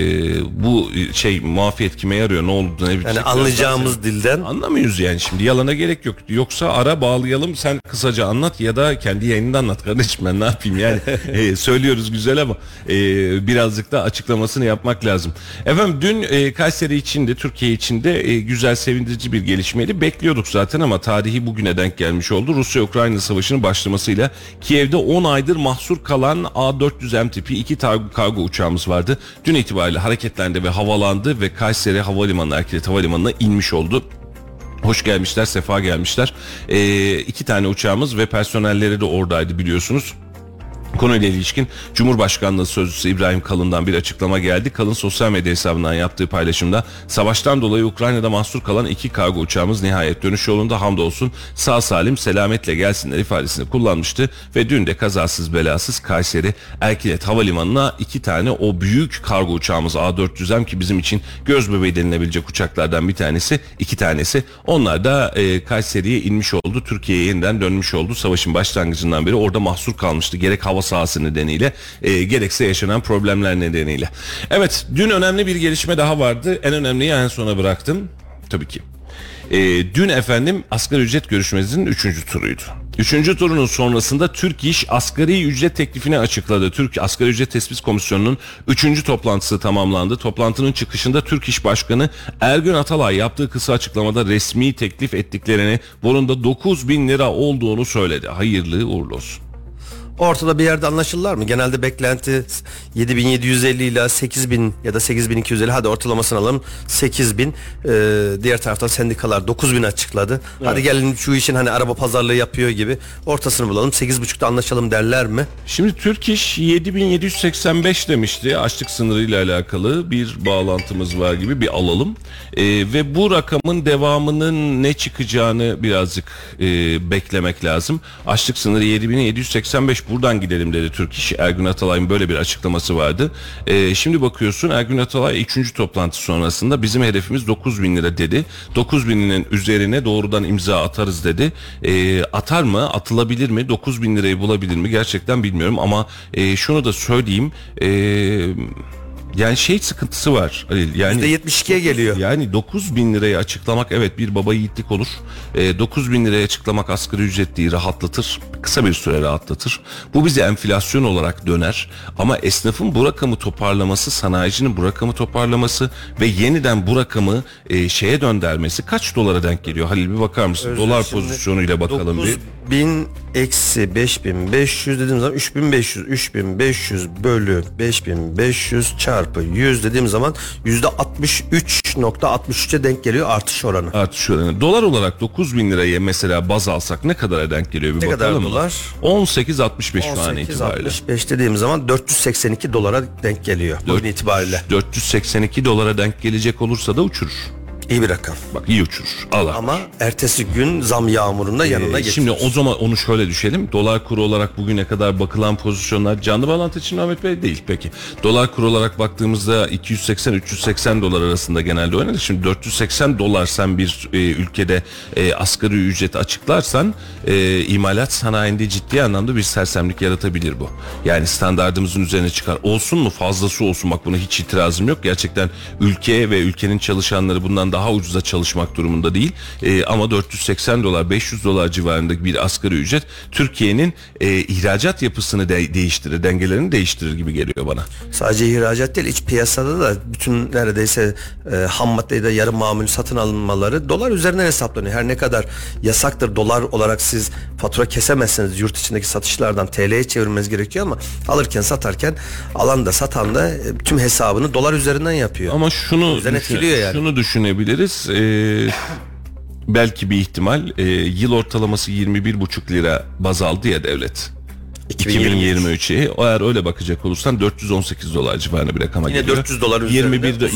bu muafiyet kime yarıyor? Ne oldu? Ne yani anlayacağımız dilden. Anlamıyoruz yani şimdi. Yalana gerek yok. Yoksa ara bağlayalım, sen kısaca anlat ya da kendi yayınında anlat kardeşim, ben ne yapayım yani. Söylüyoruz güzel ama birazcık da açıklamasını yapmak lazım. Efendim dün Kayseri için de Türkiye için de güzel, sevindirici bir gelişmeydi. Bekliyorduk zaten ama tarihi bugüne denk gelmiş oldu. Rusya-Ukrayna savaşının başlamasıyla Kiev'de 10 aydır mahsur kalan A400M tipi 2 kargo uçağımız vardı. Dün itibariyle hareketlendi ve havalandı ve Kayseri Havalimanı, Erkilet Havalimanı'na inmiş oldu. Hoş gelmişler, sefa gelmişler. 2 tane uçağımız ve personelleri de oradaydı biliyorsunuz. Konuyla ilişkin Cumhurbaşkanlığı Sözcüsü İbrahim Kalın'dan bir açıklama geldi. Kalın sosyal medya hesabından yaptığı paylaşımda savaştan dolayı Ukrayna'da mahsur kalan 2 kargo uçağımız nihayet dönüş yolunda, hamdolsun sağ salim selametle gelsinler ifadesini kullanmıştı ve dün de kazasız belasız Kayseri Erkilet Havalimanı'na 2 tane o büyük kargo uçağımız A400M ki bizim için göz bebeği denilebilecek uçaklardan bir tanesi, 2 tanesi, onlar da Kayseri'ye inmiş oldu. Türkiye'ye yeniden dönmüş oldu. Savaşın başlangıcından beri orada mahsur kalmıştı. Gerek hava sahası nedeniyle gerekse yaşanan problemler nedeniyle. Evet, dün önemli bir gelişme daha vardı. En önemliyi en sona bıraktım. Tabii ki. Dün efendim asgari ücret görüşmemizin 3. turuydu. 3. turunun sonrasında Türk İş asgari ücret teklifini açıkladı. Türk Asgari Ücret Tespit Komisyonu'nun 3. toplantısı tamamlandı. Toplantının çıkışında Türk İş Başkanı Ergün Atalay yaptığı kısa açıklamada resmi teklif ettiklerini, bunun da 9.000 lira olduğunu söyledi. Hayırlı uğurlu olsun. Ortada bir yerde anlaşırlar mı? Genelde beklenti 7.750 ile 8.000 ya da 8.250, hadi ortalamasını alalım 8.000. Diğer taraftan sendikalar 9.000 açıkladı. Evet. Hadi gelin şu işin hani araba pazarlığı yapıyor gibi ortasını bulalım, 8.5'ta anlaşalım derler mi? Şimdi Türk İş 7.785 demişti. Açlık sınırıyla alakalı bir bağlantımız var gibi, bir alalım. Ve bu rakamın devamının ne çıkacağını birazcık beklemek lazım. Açlık sınırı 7.785, buradan gidelim dedi Türk İş. Ergün Atalay'ın böyle bir açıklaması vardı. Şimdi bakıyorsun, Ergün Atalay 3. toplantı sonrasında bizim hedefimiz 9.000 lira dedi. 9.000'inin üzerine doğrudan imza atarız dedi. Atar mı? Atılabilir mi? 9.000 lirayı bulabilir mi? Gerçekten bilmiyorum ama şunu da söyleyeyim. Yani sıkıntısı var. Yani %72'ye geliyor. Yani 9.000 lirayı açıklamak evet bir baba yiğitlik olur. 9.000 liraya açıklamak asgari ücretliyi rahatlatır. Kısa bir süre rahatlatır. Bu bize enflasyon olarak döner. Ama esnafın bu rakamı toparlaması, sanayicinin bu rakamı toparlaması ve yeniden bu rakamı şeye döndermesi kaç dolara denk geliyor? Halil bir bakar mısın? Dolar pozisyonuyla bakalım bir. 9.000 eksi 5.500 dediğim zaman 3.500 bölü 5.500 çarpı 100 dediğim zaman %63.63'e denk geliyor artış oranı. Artış oranı. Dolar olarak 9.000 liraya mesela baz alsak ne kadara denk geliyor bir bakalım. Ne kadar dolar? 18.65 şu an itibariyle. 18.65 dediğim zaman 482 dolara denk geliyor bugün itibariyle. 482 dolara denk gelecek olursa da uçurur. İyi bir rakam. Bak iyi uçurur. Allah. Ama ertesi gün zam yağmurunda yanına getirir. Şimdi o zaman onu şöyle düşelim. Dolar kuru olarak bugüne kadar bakılan pozisyonlar canlı bağlantı için Ahmet Bey değil peki. Dolar kuru olarak baktığımızda 280-380 dolar arasında genelde oynadı. Şimdi 480 dolar sen bir ülkede asgari ücret açıklarsan imalat sanayinde ciddi anlamda bir sersemlik yaratabilir bu. Yani standardımızın üzerine çıkar. Olsun mu? Fazlası olsun. Bak buna hiç itirazım yok. Gerçekten ülke ve ülkenin çalışanları bundan daha ucuza çalışmak durumunda değil. Ama 480 dolar 500 dolar civarındaki bir asgari ücret Türkiye'nin ihracat yapısını değiştirir, dengelerini değiştirir gibi geliyor bana. Sadece ihracat değil, iç piyasada da bütün neredeyse ham maddeyi de yarı mamul satın alınmaları dolar üzerinden hesaplanıyor. Her ne kadar yasaktır, dolar olarak siz fatura kesemezsiniz, yurt içindeki satışlardan TL'ye çevirmeniz gerekiyor ama alırken satarken alan da satan da tüm hesabını dolar üzerinden yapıyor. Ama şunu düşünebiliriz. Belki bir ihtimal yıl ortalaması 21,5 lira baz aldı ya devlet. 2023'e eğer öyle bakacak olursan 418 dolar civarında bir rakama yine geliyor. 400 dolar üzerinde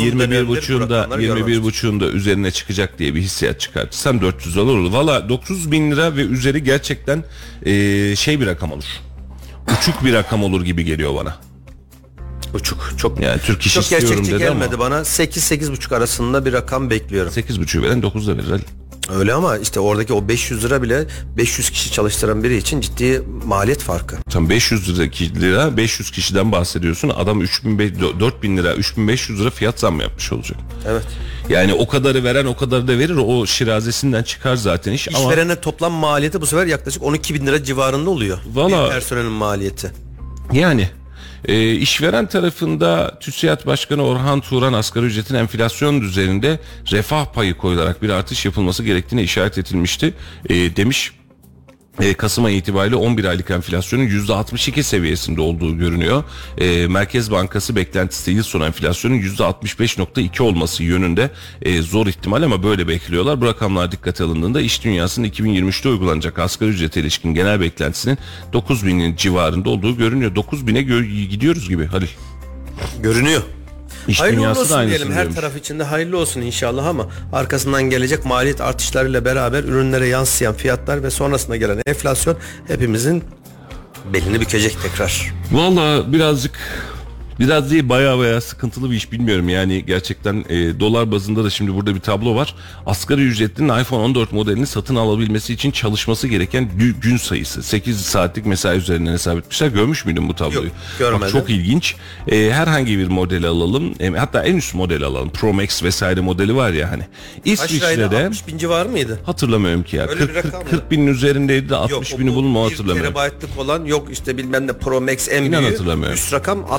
21,5'unda üzerine çıkacak diye bir hissiyat çıkartırsam 400 dolar olur. Valla 9.000 lira ve üzeri gerçekten bir rakam olur. Uçuk bir rakam olur gibi geliyor bana. Uçuk. Çok yani Türk İş çok istiyorum gerçekçi dedi gelmedi ama. bana. 8-8,5 arasında bir rakam bekliyorum. 8,5 veren 9'da verir. Öyle ama işte oradaki o 500 lira bile 500 kişi çalıştıran biri için ciddi maliyet farkı. Tam 500 lira 500 kişiden bahsediyorsun. Adam 4.000 lira 3.500 lira fiyat zammı yapmış olacak. Evet. Yani o kadarı veren o kadarı da verir. O şirazesinden çıkar zaten iş. İşverene toplam maliyeti bu sefer yaklaşık 12.000 lira civarında oluyor. Valla, bir personelin maliyeti. Yani işveren tarafında TÜSİAD Başkanı Orhan Turan asgari ücretin enflasyon düzeyinde refah payı koyularak bir artış yapılması gerektiğine işaret edilmişti. Demiş Kasım ayı itibariyle 11 aylık enflasyonun %62 seviyesinde olduğu görünüyor. Merkez Bankası beklentisi yıl sonu enflasyonun %65.2 olması yönünde zor ihtimal ama böyle bekliyorlar. Bu rakamlar dikkate alındığında iş dünyasının 2023'te uygulanacak asgari ücrete ilişkin genel beklentisinin 9.000'in civarında olduğu görünüyor. 9.000'e gidiyoruz gibi Halil. Görünüyor. İş hayırlı olsun da diyelim, her taraf için de hayırlı olsun inşallah ama arkasından gelecek maliyet artışlarıyla beraber ürünlere yansıyan fiyatlar ve sonrasında gelen enflasyon hepimizin belini bükecek tekrar. Vallahi biraz değil bayağı sıkıntılı bir iş, bilmiyorum yani gerçekten dolar bazında da şimdi burada bir tablo var. Asgari ücretlinin iPhone 14 modelini satın alabilmesi için çalışması gereken gün sayısı 8 saatlik mesai üzerinden hesap etmişler. Görmüş müydün bu tabloyu? Yok, görmedim. Bak, çok ilginç. Herhangi bir modeli alalım. Hatta en üst modeli alalım. Pro Max vesaire modeli var ya hani. İsviçre'de 60 bin civarı mıydı? Hatırlamıyorum ki ya. 40 binin üzerindeydi de 60 bini bulun mu hatırlamıyorum. 1 TB'lık olan yok işte bilmem ne Pro Max en büyüğü. Hatırlamıyorum. Üst rakam 60. Sen de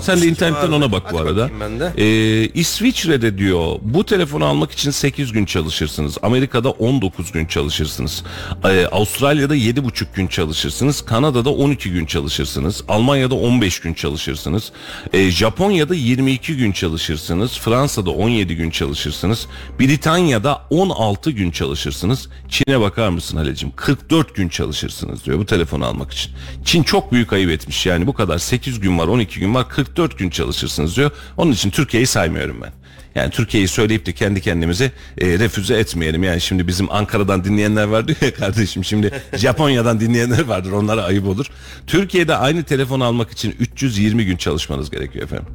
internetten ona bak bu arada. bakayım ben de. İsviçre'de diyor bu telefonu almak için 8 gün çalışırsınız. Amerika'da 19 gün çalışırsınız. Avustralya'da 7,5 gün çalışırsınız. Kanada'da 12 gün çalışırsınız. Almanya'da 15 gün çalışırsınız. Japonya'da 22 gün çalışırsınız. Fransa'da 17 gün çalışırsınız. Britanya'da 16 gün çalışırsınız. Çin'e bakar mısın Halecim? 44 gün çalışırsınız diyor bu telefonu almak için. Çin çok büyük ayıp etmiş. Yani bu kadar 8 gün var, 12 gün var, 44 gün çalışırsınız diyor. Onun için Türkiye'yi saymıyorum ben. Yani Türkiye'yi söyleyip de kendi kendimize refüze etmeyelim. Yani şimdi bizim Ankara'dan dinleyenler var diyor ya kardeşim. Şimdi Japonya'dan dinleyenler vardır. Onlara ayıp olur. Türkiye'de aynı telefonu almak için 320 gün çalışmanız gerekiyor efendim.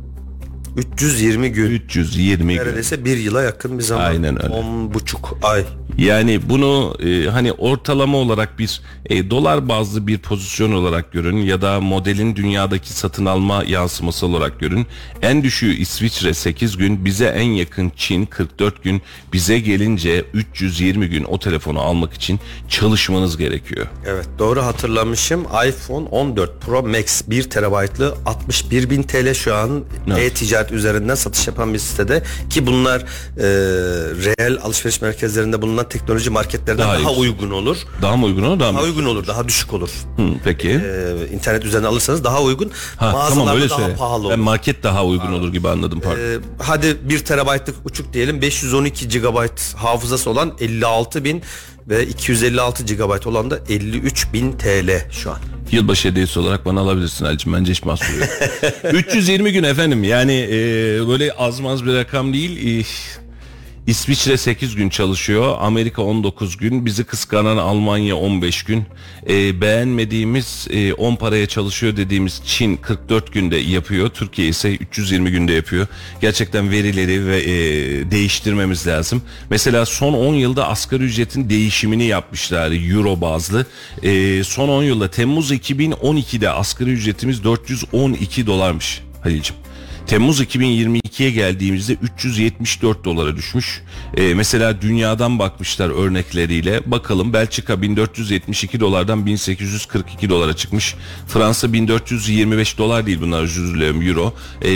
320 gün. 320 gün. Neredeyse bir yıla yakın bir zaman. Aynen öyle. 10,5 ay. Yani bunu hani ortalama olarak bir dolar bazlı bir pozisyon olarak görün ya da modelin dünyadaki satın alma yansıması olarak görün. En düşüğü İsviçre 8 gün, bize en yakın Çin 44 gün, bize gelince 320 gün o telefonu almak için çalışmanız gerekiyor. Evet, doğru hatırlamışım. iPhone 14 Pro Max 1 TB'lı 61.000 TL şu an e-ticaret üzerinden satış yapan bir sitede, ki bunlar reel alışveriş merkezlerinde bulunan teknoloji marketlerden daha uygun olur. Daha mı uygun olur? Daha uygun olur, daha düşük olur. Peki. İnternet üzerinden alırsanız daha uygun. Mağazalarda tamam, öyle daha söyle. pahalı olur. Ben market daha uygun olur gibi anladım, pardon. Hadi 1 TB'lık uçuk diyelim, 512 GB hafızası olan 56.000 ve 256 GB olan da 53.000 TL şu an. Yılbaşı hediyesi olarak bana alabilirsin Ali'cim, bence hiç mahsur yok. 320 gün efendim, yani böyle azmaz bir rakam değil. İsviçre 8 gün çalışıyor, Amerika 19 gün, bizi kıskanan Almanya 15 gün, beğenmediğimiz 10 paraya çalışıyor dediğimiz Çin 44 günde yapıyor, Türkiye ise 320 günde yapıyor. Gerçekten verileri ve değiştirmemiz lazım. Mesela son 10 yılda asgari ücretin değişimini yapmışlar euro bazlı. Son 10 yılda Temmuz 2012'de asgari ücretimiz 412 dolarmış Halil'cim. Temmuz 2022'ye geldiğimizde 374 dolara düşmüş. Mesela dünyadan bakmışlar örnekleriyle. Bakalım, Belçika 1472 dolardan 1842 dolara çıkmış. Fransa 1425 dolar değil, bunlar özür dilerim, euro.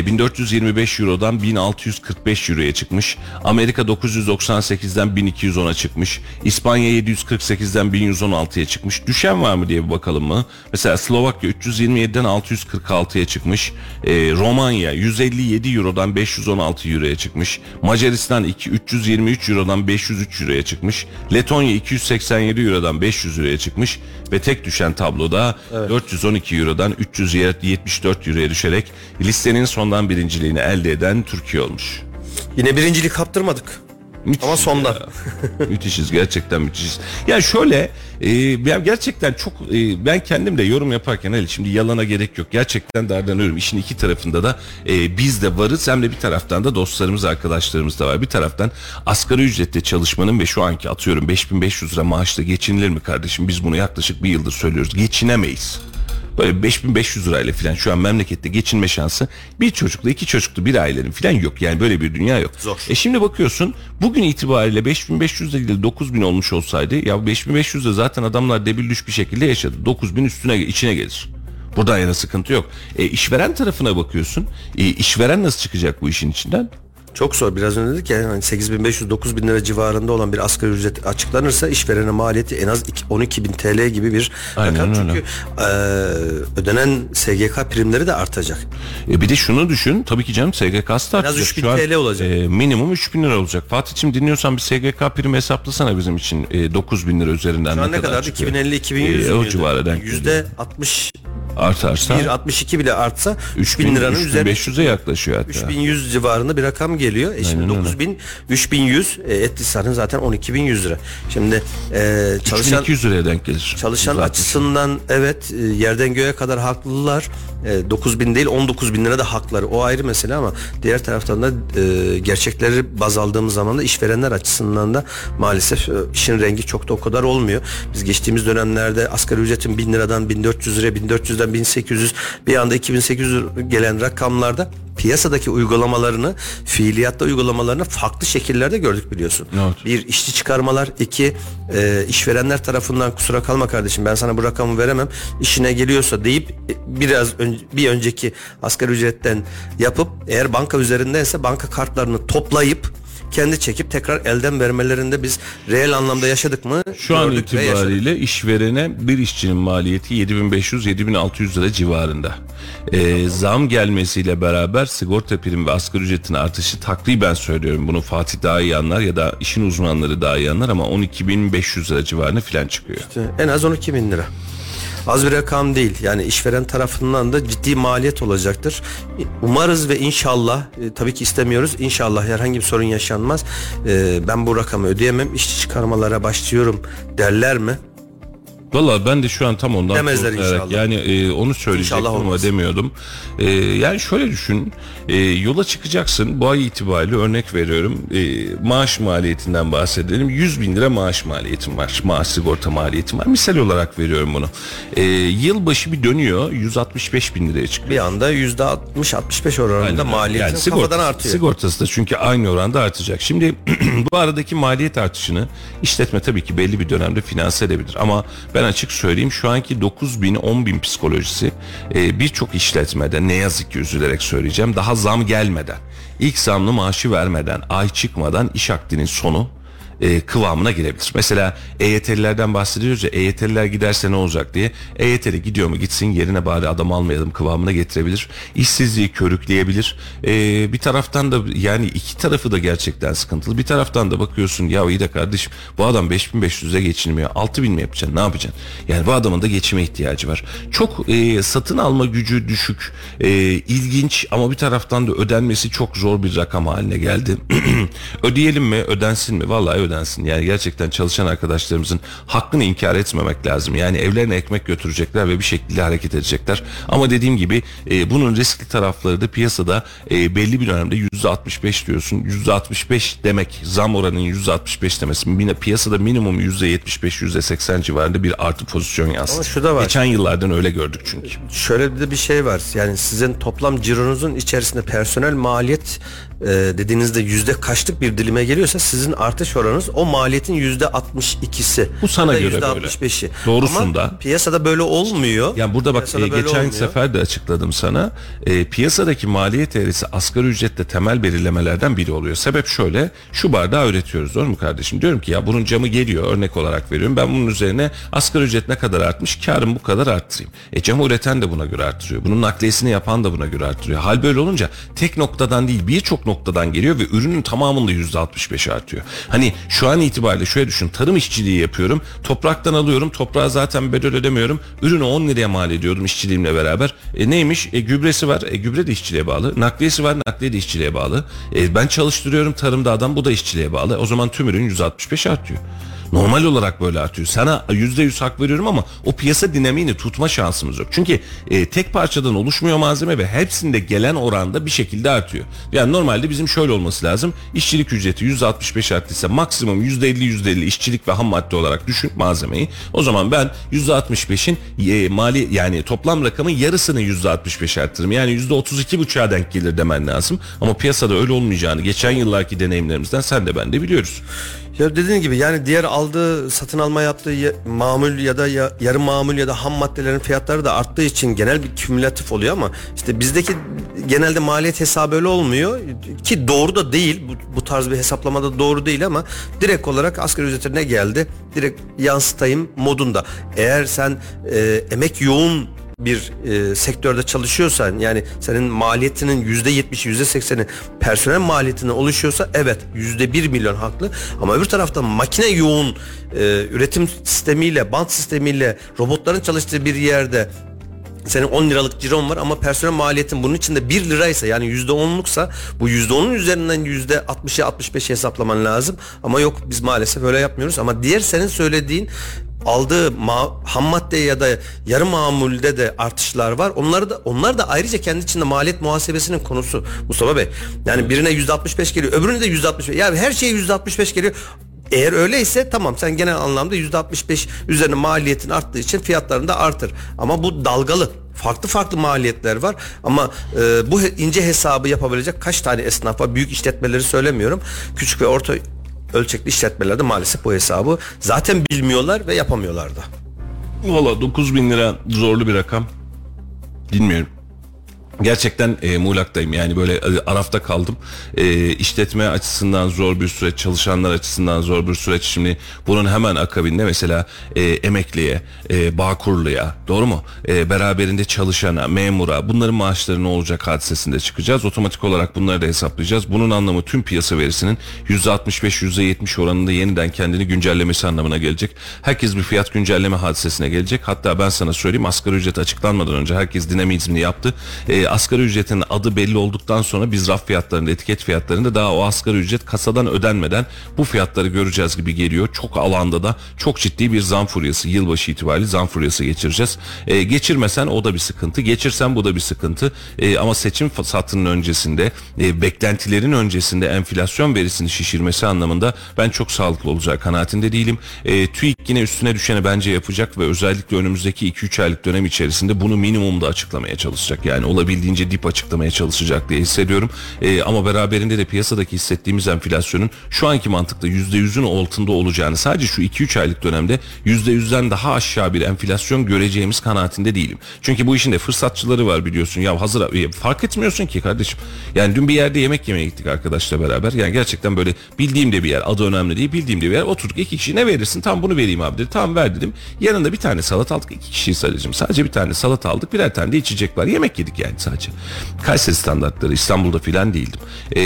1425 eurodan 1645 euroya çıkmış. Amerika 998'den 1210'a çıkmış. İspanya 748'den 1116'ya çıkmış. Düşen var mı diye bir bakalım mı? Mesela Slovakya 327'den 646'ya çıkmış. Romanya 157 eurodan 516 euroya çıkmış. Macaristan 323 eurodan 503 euroya çıkmış. Letonya 287 eurodan 500 euroya çıkmış. Ve tek düşen tabloda 412 eurodan 374 euroya düşerek listenin sondan birinciliğini elde eden Türkiye olmuş. Yine birincilik kaptırmadık. Müthiş ama sondan. Müthişiz, gerçekten müthişiz. Ya şöyle ben gerçekten çok ben kendim de yorum yaparken Ali, şimdi yalana gerek yok. Gerçekten darlanıyorum. İşin iki tarafında da biz de varız, hem de bir taraftan da dostlarımız, arkadaşlarımız da var. Bir taraftan asgari ücretle çalışmanın ve şu anki atıyorum 5500 lira maaşla geçinilir mi kardeşim? Biz bunu yaklaşık bir yıldır söylüyoruz. Geçinemeyiz. Böyle 5500 lirayla falan şu an memlekette geçinme şansı bir çocuklu, iki çocuklu bir ailenin falan yok. Yani böyle bir dünya yok. Zor. Şimdi bakıyorsun, bugün itibariyle 5500 ile 9000 olmuş olsaydı, ya 5500 de zaten adamlar debildüş bir şekilde yaşadı. 9000 içine gelir. Burada yana sıkıntı yok. İşveren tarafına bakıyorsun. İşveren nasıl çıkacak bu işin içinden? Çok zor. Biraz önce dedik ya, yani 8.500-9.000 lira civarında olan bir asgari ücret açıklanırsa işverene maliyeti en az 12.000 TL gibi bir rakam. Çünkü ödenen SGK primleri de artacak. Bir de şunu düşün, tabii ki canım, SGK'sı da artacak. En az 3.000 TL olacak. Minimum 3.000 lira olacak. Fatih'cim, dinliyorsan bir SGK primi hesaplasana bizim için 9.000 lira üzerinden. Şu an ne kadar? 2050-2100 o civarı denk geliyor. %60 artarsa 1.62 bile artsa 3.000 liranın üzerinde 3.500'e yaklaşıyor hatta. 3.100 civarında bir rakam geliyor. Şimdi 9.000 3.100 et zaten 12.100 lira. Şimdi çalışan 3.200 liraya denk gelir. Çalışan açısından evet, yerden göğe kadar haklılar. 9.000 değil 19.000 lira da hakları. O ayrı mesele, ama diğer taraftan da gerçekleri baz aldığımız zaman da işverenler açısından da maalesef işin rengi çok da o kadar olmuyor. Biz geçtiğimiz dönemlerde asgari ücretin 1000 liradan 1400 liraya, 1400'den 1800, bir anda 2800 gelen rakamlarda piyasadaki uygulamalarını, fiiliyatta uygulamalarını farklı şekillerde gördük biliyorsun. Evet. Bir, işçi çıkarmalar. İki, işverenler tarafından kusura kalma kardeşim ben sana bu rakamı veremem. İşine geliyorsa deyip bir önceki asgari ücretten yapıp eğer banka üzerindense banka kartlarını toplayıp kendi çekip tekrar elden vermelerinde biz reel anlamda yaşadık mı? Şu an Gördük ve yaşadık. itibariyle işverene bir işçinin maliyeti 7.500-7.600 lira civarında. Zam gelmesiyle beraber sigorta primi ve asgari ücretin artışı takriben söylüyorum. Bunu Fatih daha iyi anlar ya da işin uzmanları daha iyi anlar ama 12.500 lira civarına falan çıkıyor. İşte en az 12.000 lira. Az bir rakam değil. Yani işveren tarafından da ciddi maliyet olacaktır. Umarız ve inşallah, tabii ki istemiyoruz. İnşallah herhangi bir sorun yaşanmaz. Ben bu rakamı ödeyemem. İşçi çıkarmalara başlıyorum derler mi? Valla ben de şu an tam ondan demezler korkarak, inşallah. yani onu söyleyecektim ama demiyordum. Yani şöyle düşün, yola çıkacaksın bu ay itibariyle, örnek veriyorum, maaş maliyetinden bahsedelim. 100.000 lira maaş maliyetim var, maaş sigorta maliyetim var, misal olarak veriyorum bunu. Yılbaşı bir dönüyor 165.000 liraya çıkıyor. Bir anda %60-65 oranında maliyetin kafadan artıyor. Sigortası da çünkü aynı oranda artacak. Şimdi bu aradaki maliyet artışını işletme tabii ki belli bir dönemde finanse edebilir ama ben açık söyleyeyim, şu anki 9.000-10.000 psikolojisi birçok işletmede, ne yazık ki üzülerek söyleyeceğim, daha zam gelmeden, ilk zamlı maaşı vermeden, ay çıkmadan iş akdinin sonu kıvamına girebilir. Mesela EYT'lilerden bahsediyoruz ya, EYT'liler giderse ne olacak diye. EYT'li gidiyor mu gitsin, yerine bari adam almayalım kıvamına getirebilir. İşsizliği körükleyebilir. Bir taraftan da yani iki tarafı da gerçekten sıkıntılı. Bir taraftan da bakıyorsun, ya iyi de kardeşim bu adam 5.500'e geçinmiyor. 6.000 mi yapacaksın, ne yapacaksın? Yani bu adamın da geçime ihtiyacı var. Çok satın alma gücü düşük, ilginç ama bir taraftan da ödenmesi çok zor bir rakam haline geldi. Ödeyelim mi, ödensin mi? Vallahi ödensin. Yani gerçekten çalışan arkadaşlarımızın hakkını inkar etmemek lazım. Yani evlerine ekmek götürecekler ve bir şekilde hareket edecekler. Ama dediğim gibi bunun riskli tarafları da piyasada belli bir dönemde %65 diyorsun. %65 demek, zam oranının %65 demesi. Piyasada minimum %75-%80 civarında bir artı pozisyon yansıtır. Ama şu da var. Geçen yıllardan öyle gördük çünkü. Şöyle de bir şey var. Yani sizin toplam cironuzun içerisinde personel maliyet dediğinizde yüzde kaçlık bir dilime geliyorsa sizin artış oranınız o maliyetin %62'si. Bu sana göre böyle. %65'i. Doğrusunda. Ama piyasada böyle olmuyor. Yani burada bak geçen olmuyor. sefer de açıkladım sana. Piyasadaki maliyet eğrisi asgari ücrette temel belirlemelerden biri oluyor. Sebep şöyle, şu bardağı üretiyoruz, doğru mu kardeşim? Diyorum ki ya bunun camı geliyor, örnek olarak veriyorum. Ben bunun üzerine asgari ücret ne kadar artmış, karım bu kadar arttırayım. Camı üreten de buna göre arttırıyor. Bunun nakliyesini yapan da buna göre arttırıyor. Hal böyle olunca tek noktadan değil birçok noktadan geliyor ve ürünün tamamında %65 artıyor. Hani şu an itibariyle şöyle düşün, tarım işçiliği yapıyorum, topraktan alıyorum, toprağa zaten bedel ödemiyorum, ürünü 10 liraya mal ediyordum işçiliğimle beraber. Neymiş? Gübresi var, gübre de işçiliğe bağlı, nakliyesi var, nakliye de işçiliğe bağlı. Ben çalıştırıyorum tarımda adam, bu da işçiliğe bağlı. O zaman tüm ürün %65 artıyor. Normal olarak böyle artıyor. Sana %100 hak veriyorum ama o piyasa dinamiğini tutma şansımız yok. Çünkü tek parçadan oluşmuyor malzeme ve hepsinde gelen oranda bir şekilde artıyor. Yani normalde bizim şöyle olması lazım. İşçilik ücreti %65 arttıysa maksimum %50 işçilik ve ham madde olarak düşün malzemeyi. O zaman ben %65'in mali, yani toplam rakamın yarısını %65 arttırırım. Yani %32,5'a denk gelir demen lazım. Ama piyasada öyle olmayacağını geçen yıllarki deneyimlerimizden sen de ben de biliyoruz. Ya dediğin gibi yani diğer aldığı, satın alma yaptığı mamul ya da yarı mamul ya da ham maddelerin fiyatları da arttığı için genel bir kümülatif oluyor ama işte bizdeki genelde maliyet hesabı öyle olmuyor ki doğru da değil. Bu tarz bir hesaplamada doğru değil ama direkt olarak asgari ücrete ne geldi direkt yansıtayım modunda. Eğer sen emek yoğun bir sektörde çalışıyorsan, yani senin maliyetinin %70'i %80'i personel maliyetine oluşuyorsa evet %1 milyon haklı, ama öbür taraftan makine yoğun üretim sistemiyle, bant sistemiyle robotların çalıştığı bir yerde senin 10 liralık ciron var ama personel maliyetin bunun içinde 1 liraysa, yani %10'luksa bu %10'un üzerinden %60'a 65'e hesaplaman lazım. Ama yok, biz maalesef öyle yapmıyoruz. Ama diğer senin söylediğin aldığı ham madde ya da yarı mamulde de artışlar var. Onlar da ayrıca kendi içinde maliyet muhasebesinin konusu Mustafa Bey. Yani birine %65 geliyor, öbürüne de %65. Yani her şeye %65 geliyor. Eğer öyleyse tamam, sen genel anlamda %65 üzerine maliyetin arttığı için fiyatlarını da artır. Ama bu dalgalı. Farklı maliyetler var ama bu ince hesabı yapabilecek kaç tane esnaf var? Büyük işletmeleri söylemiyorum. Küçük ve orta ölçekli işletmelerde maalesef bu hesabı zaten bilmiyorlar ve yapamıyorlar da. Valla 9.000 lira zorlu bir rakam. Bilmiyorum. Gerçekten muğlaktayım, yani böyle arafta kaldım. İşletme açısından zor bir süreç, çalışanlar açısından zor bir süreç. Şimdi bunun hemen akabinde mesela emekliye, Bağkurlu'ya, doğru mu? Beraberinde çalışana, memura, bunların maaşları ne olacak hadisesinde çıkacağız. Otomatik olarak bunları da hesaplayacağız. Bunun anlamı tüm piyasa verisinin %65-%70 oranında yeniden kendini güncellemesi anlamına gelecek. Herkes bir fiyat güncelleme hadisesine gelecek. Hatta ben sana söyleyeyim, asgari ücret açıklanmadan önce herkes dinamizmini yaptı. Asgari ücretin adı belli olduktan sonra biz raf fiyatlarında, etiket fiyatlarında daha o asgari ücret kasadan ödenmeden bu fiyatları göreceğiz gibi geliyor. Çok alanda da çok ciddi bir zam furyası, yılbaşı itibariyle zam furyası geçireceğiz. Geçirmesen o da bir sıkıntı, geçirsen bu da bir sıkıntı. Ama seçim satının öncesinde, beklentilerin öncesinde enflasyon verisini şişirmesi anlamında ben çok sağlıklı olacağı kanaatinde değilim. TÜİK yine üstüne düşeni bence yapacak ve özellikle önümüzdeki 2-3 aylık dönem içerisinde bunu minimumda açıklamaya çalışacak. Yani olabildiğince dip açıklamaya çalışacak diye hissediyorum. Ama beraberinde de piyasadaki hissettiğimiz enflasyonun şu anki mantıkta %100'ün altında olacağını, sadece şu 2-3 aylık dönemde %100'den daha aşağı bir enflasyon göreceğimiz kanaatinde değilim. Çünkü bu işin de fırsatçıları var, biliyorsun. Ya hazır fark etmiyorsun ki kardeşim. Yani dün bir yerde yemek yemeye gittik arkadaşla beraber. Yani gerçekten böyle bildiğimde bir yer, adı önemli değil, bildiğimde bir yer. Oturduk, 2 kişi ne verirsin? Tam bunu vereyim abi dedi. Tamam ver dedim. Yanında bir tane salata aldık, 2 kişiyi sadece. Sadece bir tane salata aldık, birer tane de içecek var. Yemek yedik yani sadece. Kayseri standartları, İstanbul'da filan değildim.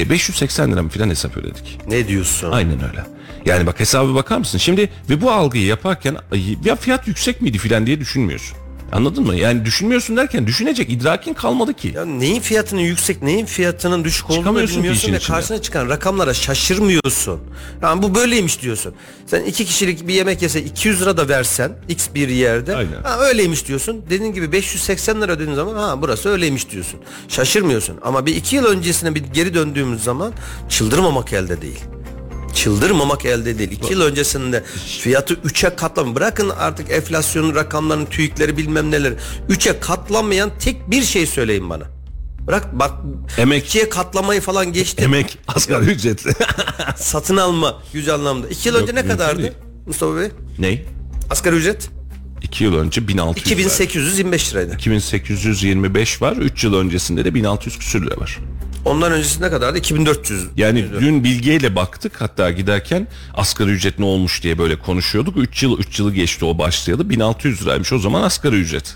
580 lira mı filan hesap ödedik. Ne diyorsun? Aynen öyle. Yani bak, hesaba bakar mısın? Şimdi ve bu algıyı yaparken ya fiyat yüksek miydi filan diye düşünmüyorsun. Anladın mı? Yani düşünmüyorsun derken düşünecek idrakin kalmadı ki. Ya neyin fiyatının yüksek, neyin fiyatının düşük olduğunu bilmiyorsun ve karşına çıkan rakamlara şaşırmıyorsun. Yani bu böyleymiş diyorsun. Sen 2 kişilik bir yemek yese 200 lira da versen X bir yerde, ha, öyleymiş diyorsun. Dediğin gibi 580 lira ödediğin zaman ha burası öyleymiş diyorsun. Şaşırmıyorsun. Ama bir 2 yıl öncesine bir geri döndüğümüz zaman çıldırmamak elde değil. Çıldırmamak elde değil. 2 yıl öncesinde fiyatı 3'e katlamış. Bırakın artık enflasyonun rakamlarını, TÜİK'leri bilmem neleri. 3'e katlanmayan tek bir şey söyleyin bana. Bırak bak, emek. 2'ye katlamayı falan geçti. Emek, asgari ücret. Satın alma yüz anlamda. 2 yıl önce ne kadardı değil Mustafa Bey? Ney? Asgari ücret? 2 yıl önce 1600 2825 liraydı. 2825 var. 3 yıl öncesinde de 1600 küsür lira var. Ondan öncesi ne kadardı? 2400. Yani dün Bilge ile baktık, hatta giderken asgari ücret ne olmuş diye böyle konuşuyorduk. 3 yılı geçti o başlayalı. 1600 liraymış o zaman asgari ücret.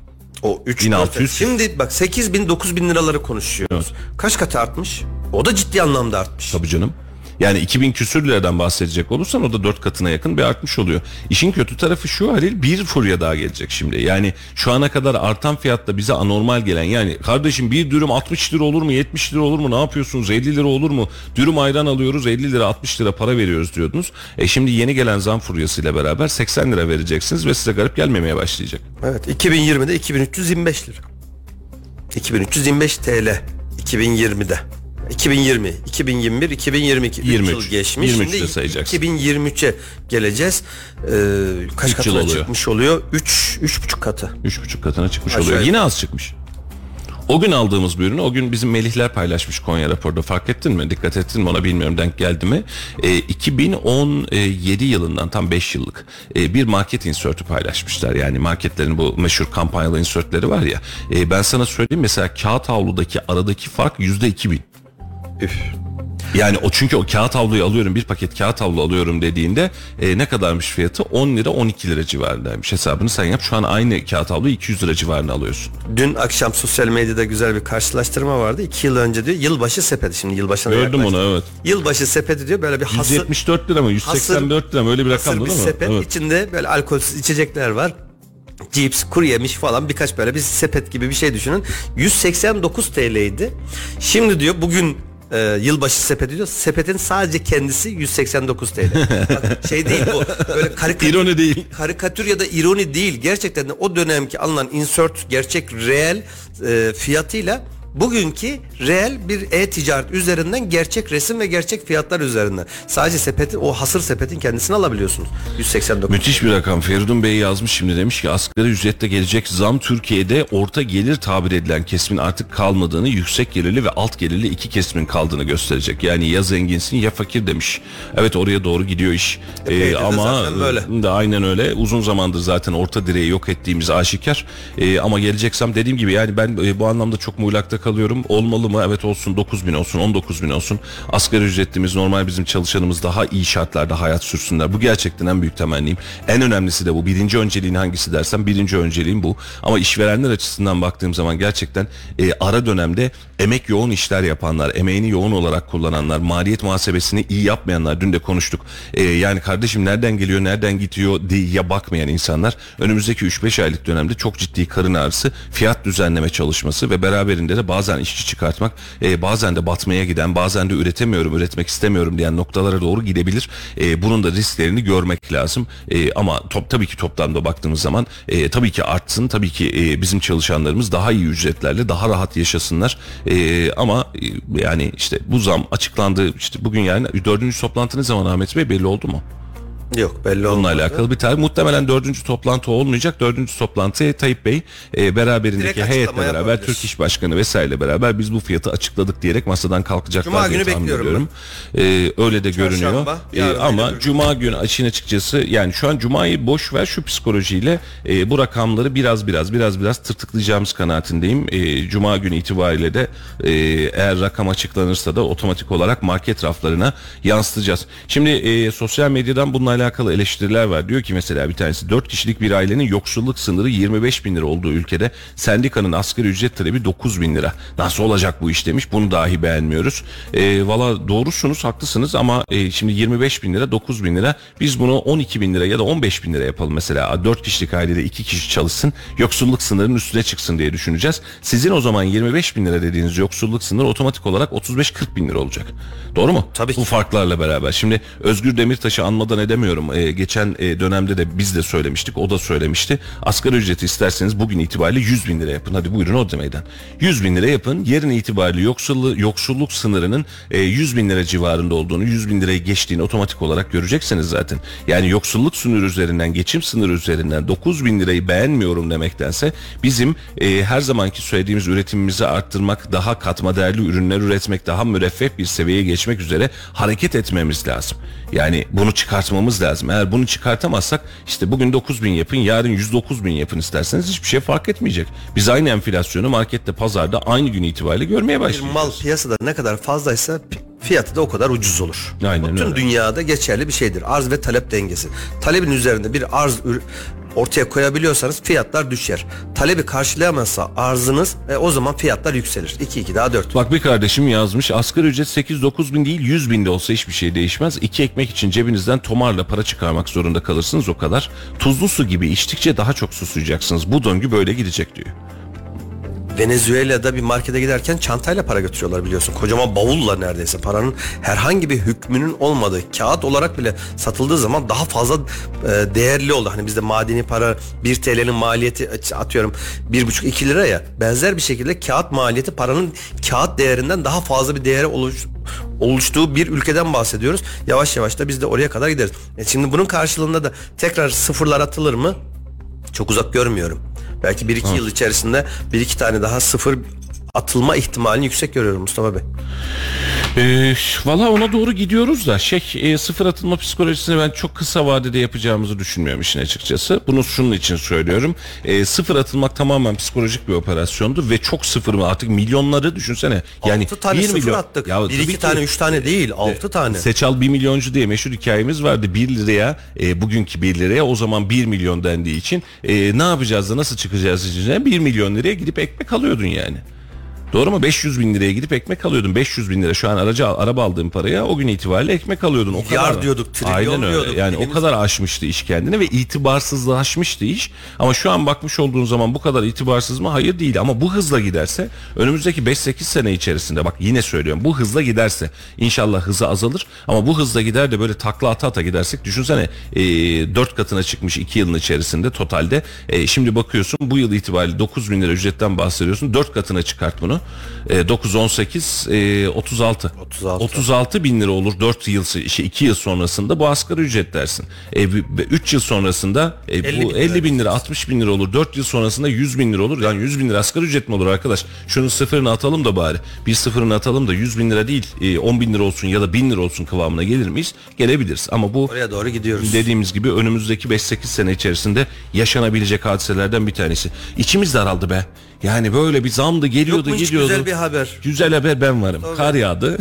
O 1600. Şimdi bak 8000 9000 liraları konuşuyoruz. Evet. Kaç kat artmış? O da ciddi anlamda artmış. Tabii canım. Yani 2000 küsür liradan bahsedecek olursan o da 4 katına yakın bir artmış oluyor. İşin kötü tarafı şu Halil, bir furya daha gelecek şimdi. Yani şu ana kadar artan fiyatta bize anormal gelen, yani kardeşim bir dürüm 60 lira olur mu, 70 lira olur mu, ne yapıyorsunuz, 50 lira olur mu, dürüm ayran alıyoruz 50 lira 60 lira para veriyoruz diyordunuz. Şimdi yeni gelen zam furyasıyla beraber 80 lira vereceksiniz ve size garip gelmemeye başlayacak. Evet, 2020'de 2325 lira. 2325 TL 2020'de. 2020, 2021, 2022 3 yıl geçmiş. 23 de sayacaksın. 2023'e geleceğiz. Kaç katına çıkmış oluyor? 3,5 katı. 3,5 katına çıkmış oluyor. Yine az çıkmış. O gün aldığımız bir ürünü, o gün bizim Melihler paylaşmış Konya raporda, fark ettin mi? Dikkat ettin mi ona, bilmiyorum, denk geldi mi? 2017 yılından tam 5 yıllık bir market insert'ü paylaşmışlar. Yani marketlerin bu meşhur kampanyalı insert'leri var ya. Ben sana söyleyeyim, mesela kağıt havludaki aradaki fark %2000. Üf. Yani o, çünkü o kağıt havluyu alıyorum, bir paket kağıt havlu alıyorum dediğinde ne kadarmış fiyatı? 10 lira 12 lira civarındaymış. Hesabını sen yap, şu an aynı kağıt havluyu 200 lira civarına alıyorsun. Dün akşam sosyal medyada güzel bir karşılaştırma vardı. 2 yıl önce diyor yılbaşı sepeti, şimdi yılbaşına gördüm yaklaştı. onu, evet. Yılbaşı sepeti diyor, böyle bir 174 lira mı 184 lira mı, öyle bir rakam değil mi? Sepet, evet. İçinde böyle alkolsüz içecekler var. Cips, kuru yemiş falan, birkaç böyle bir sepet gibi bir şey düşünün. 189 TL'ydi. Şimdi diyor bugün yılbaşı sepeti diyor. Sepetin sadece kendisi 189 TL. Bak, şey değil bu. Böyle ironi değil. Karikatür ya da ironi değil. Gerçekten de o dönemki alınan insert gerçek reel fiyatıyla bugünkü reel bir e-ticaret üzerinden gerçek resim ve gerçek fiyatlar üzerinden. Sadece sepeti, o hasır sepetin kendisini alabiliyorsunuz. 189. Müthiş bir rakam. Feridun Bey yazmış şimdi, demiş ki asgari ücrette gelecek zam Türkiye'de orta gelir tabir edilen kesimin artık kalmadığını, yüksek gelirli ve alt gelirli iki kesimin kaldığını gösterecek. Yani ya zenginsin ya fakir demiş. Evet, oraya doğru gidiyor iş. Ama böyle. aynen öyle. Uzun zamandır zaten orta direği yok ettiğimiz aşikar. Ama gelecek zam, dediğim gibi yani ben bu anlamda çok muğlakta kalıyorum. Olmalı mı? Evet olsun, 9.000 olsun, 19.000 olsun. Asgari ücretlimiz, normal bizim çalışanımız daha iyi şartlarda hayat sürsünler. Bu gerçekten en büyük temennim. En önemlisi de bu. Birinci önceliğin hangisi dersen birinci önceliğim bu. Ama işverenler açısından baktığım zaman gerçekten ara dönemde emek yoğun işler yapanlar, emeğini yoğun olarak kullananlar, maliyet muhasebesini iyi yapmayanlar, dün de konuştuk. Yani kardeşim nereden geliyor, nereden gidiyor diye bakmayan insanlar önümüzdeki 3-5 aylık dönemde çok ciddi karın ağrısı, fiyat düzenleme çalışması ve beraberinde de bazen işçi çıkartmak, bazen de batmaya giden, bazen de üretemiyorum, üretmek istemiyorum diyen noktalara doğru gidebilir. Bunun da risklerini görmek lazım. Ama tabii ki toplamda baktığımız zaman tabii ki artsın, tabii ki bizim çalışanlarımız daha iyi ücretlerle daha rahat yaşasınlar. Ama yani işte bu zam açıklandı, işte bugün yani 4. toplantı ne zaman Ahmet Bey, belli oldu mu? Yok, belli olmadı. Bununla alakalı bir tarih. Muhtemelen 4. toplantı olmayacak. 4. toplantı Tayyip Bey beraberindeki heyetle beraber, Türk İş Başkanı vesaireyle beraber biz bu fiyatı açıkladık diyerek masadan kalkacaklar. Cuma diye günü tahmin bekliyorum ediyorum. Öyle de görünüyor. Ama bir Cuma günü açın açıkçası, yani şu an Cuma'yı boş ver, şu psikolojiyle bu rakamları biraz tırtıklayacağımız kanaatindeyim. Cuma günü itibariyle de eğer rakam açıklanırsa da otomatik olarak market raflarına yansıtacağız. Şimdi sosyal medyadan bununla alakalı eleştiriler var. Diyor ki mesela bir tanesi, 4 kişilik bir ailenin yoksulluk sınırı 25.000 lira olduğu ülkede sendikanın asgari ücret talebi 9.000 lira. Nasıl olacak bu iş demiş. Bunu dahi beğenmiyoruz. Valla doğrusunuz, haklısınız ama şimdi 25.000 lira, 9.000 lira, biz bunu 12.000 lira ya da 15.000 lira yapalım mesela. 4 kişilik ailede 2 kişi çalışsın, yoksulluk sınırının üstüne çıksın diye düşüneceğiz. Sizin o zaman 25.000 lira dediğiniz yoksulluk sınırı otomatik olarak 35-40.000 lira olacak. Doğru mu? Tabii ki. Bu farklarla beraber. Şimdi Özgür Demirtaş'ı anmadan edemiyorum. Geçen dönemde de biz de söylemiştik, o da söylemişti. Asgari ücreti isterseniz bugün itibariyle 100.000 lira yapın. Hadi buyurun o demeyden. 100.000 lira yapın. Yarın itibariyle yoksulluk sınırının 100.000 lira civarında olduğunu, 100.000 lirayı geçtiğini otomatik olarak göreceksiniz zaten. Yani yoksulluk sınırı üzerinden, geçim sınırı üzerinden 9.000 lirayı beğenmiyorum demektense bizim her zamanki söylediğimiz üretimimizi arttırmak, daha katma değerli ürünler üretmek, daha müreffeh bir seviyeye geçmek üzere hareket etmemiz lazım. Yani bunu çıkartmamız lazım. Eğer bunu çıkartamazsak işte bugün 9.000 yapın, yarın 109.000 yapın isterseniz hiçbir şey fark etmeyecek. Biz aynı enflasyonu markette, pazarda aynı gün itibariyle görmeye başlayacağız. Bir mal piyasada ne kadar fazlaysa fiyatı da o kadar ucuz olur. Aynen Bütün öyle. dünyada geçerli bir şeydir. Arz ve talep dengesi. Talebin üzerinde bir arz ortaya koyabiliyorsanız fiyatlar düşer. Talebi karşılayamazsa arzınız o zaman fiyatlar yükselir. 2 daha 4. Bak bir kardeşim yazmış, asgari ücret 8-9 bin değil 100 bin de olsa hiçbir şey değişmez. 2 ekmek için cebinizden tomarla para çıkarmak zorunda kalırsınız, o kadar. Tuzlu su gibi içtikçe daha çok susayacaksınız. Bu döngü böyle gidecek diyor. Venezuela'da bir markete giderken çantayla para götürüyorlar biliyorsun. Kocaman bavulla neredeyse, paranın herhangi bir hükmünün olmadığı, kağıt olarak bile satıldığı zaman daha fazla değerli oldu. Hani bizde madeni para 1 TL'nin maliyeti atıyorum 1,5-2 lira ya. Benzer bir şekilde kağıt maliyeti paranın kağıt değerinden daha fazla bir değere oluştuğu bir ülkeden bahsediyoruz. Yavaş yavaş da biz de oraya kadar gideriz. Şimdi bunun karşılığında da tekrar sıfırlar atılır mı? Çok uzak görmüyorum. Belki 1-2 yıl içerisinde 1-2 tane daha sıfır atılma ihtimalini yüksek görüyorum Mustafa Bey. Valla ona doğru gidiyoruz da sıfır atılma psikolojisini ben çok kısa vadede yapacağımızı düşünmüyorum işin açıkçası. Bunu şunun için söylüyorum. Sıfır atılmak tamamen psikolojik bir operasyondu ve çok sıfır mı artık, milyonları düşünsene. Yani 6 tane 1 sıfır milyon attık. Ya 1-2 tane 3 tane değil 6 tane. Seçal 1 milyoncu diye meşhur hikayemiz vardı. 1 liraya bugünkü 1 liraya o zaman 1 milyon dendiği için ne yapacağız da nasıl çıkacağız içine, 1 milyon liraya gidip ekmek alıyordun yani. Doğru mu? 500 bin liraya gidip ekmek alıyordun. 500 bin lira şu an araba aldığın paraya o gün itibariyle ekmek alıyordun. O Yar kadar diyorduk, trilyon aynen öyle. diyorduk. Yani o kadar aşmıştı iş kendini ve itibarsızlaşmıştı iş. Ama şu an bakmış olduğun zaman bu kadar itibarsız mı? Hayır değil. Ama bu hızla giderse önümüzdeki 5-8 sene içerisinde, bak yine söylüyorum, bu hızla giderse inşallah hızı azalır. Ama bu hızla gider de böyle takla ata gidersek düşünsene 4 katına çıkmış 2 yılın içerisinde totalde. Şimdi bakıyorsun bu yıl itibariyle 9 bin lira ücretten bahsediyorsun. 4 katına çıkart bunu. onu. 9, 18, 36. 36 bin lira olur 4 yıl, 2 yıl sonrasında bu asgari ücret dersin. 3 yıl sonrasında bu 50 bin lira, 60 bin lira olur. 4 yıl sonrasında 100 bin lira olur. Yani 100 bin lira asgari ücret mi olur arkadaş? Şunun sıfırını atalım da bari. Bir sıfırını atalım da 100 bin lira değil 10 bin lira olsun ya da 1000 lira olsun kıvamına gelir miyiz? Gelebiliriz. Ama bu oraya doğru gidiyoruz. Dediğimiz gibi önümüzdeki 5-8 sene içerisinde yaşanabilecek hadiselerden bir tanesi. İçimiz daraldı be. Yani böyle bir zam da geliyordu, Yok mu hiç gidiyordu. güzel bir haber? Güzel haber, ben varım. Tabii. Kar yağdı.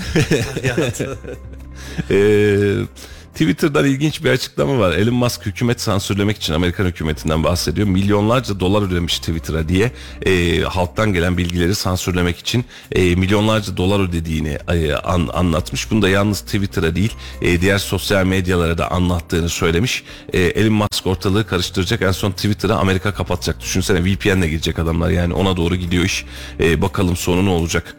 Twitter'dan ilginç bir açıklama var. Elon Musk hükümet sansürlemek için Amerikan hükümetinden bahsediyor. Milyonlarca dolar ödemiş Twitter'a diye halktan gelen bilgileri sansürlemek için milyonlarca dolar ödediğini anlatmış. Bunu da yalnız Twitter'a değil diğer sosyal medyalara da anlattığını söylemiş. Elon Musk ortalığı karıştıracak. En son Twitter'ı Amerika kapatacak. Düşünsene, VPN'le girecek adamlar, yani ona doğru gidiyor iş. Bakalım sonu ne olacak.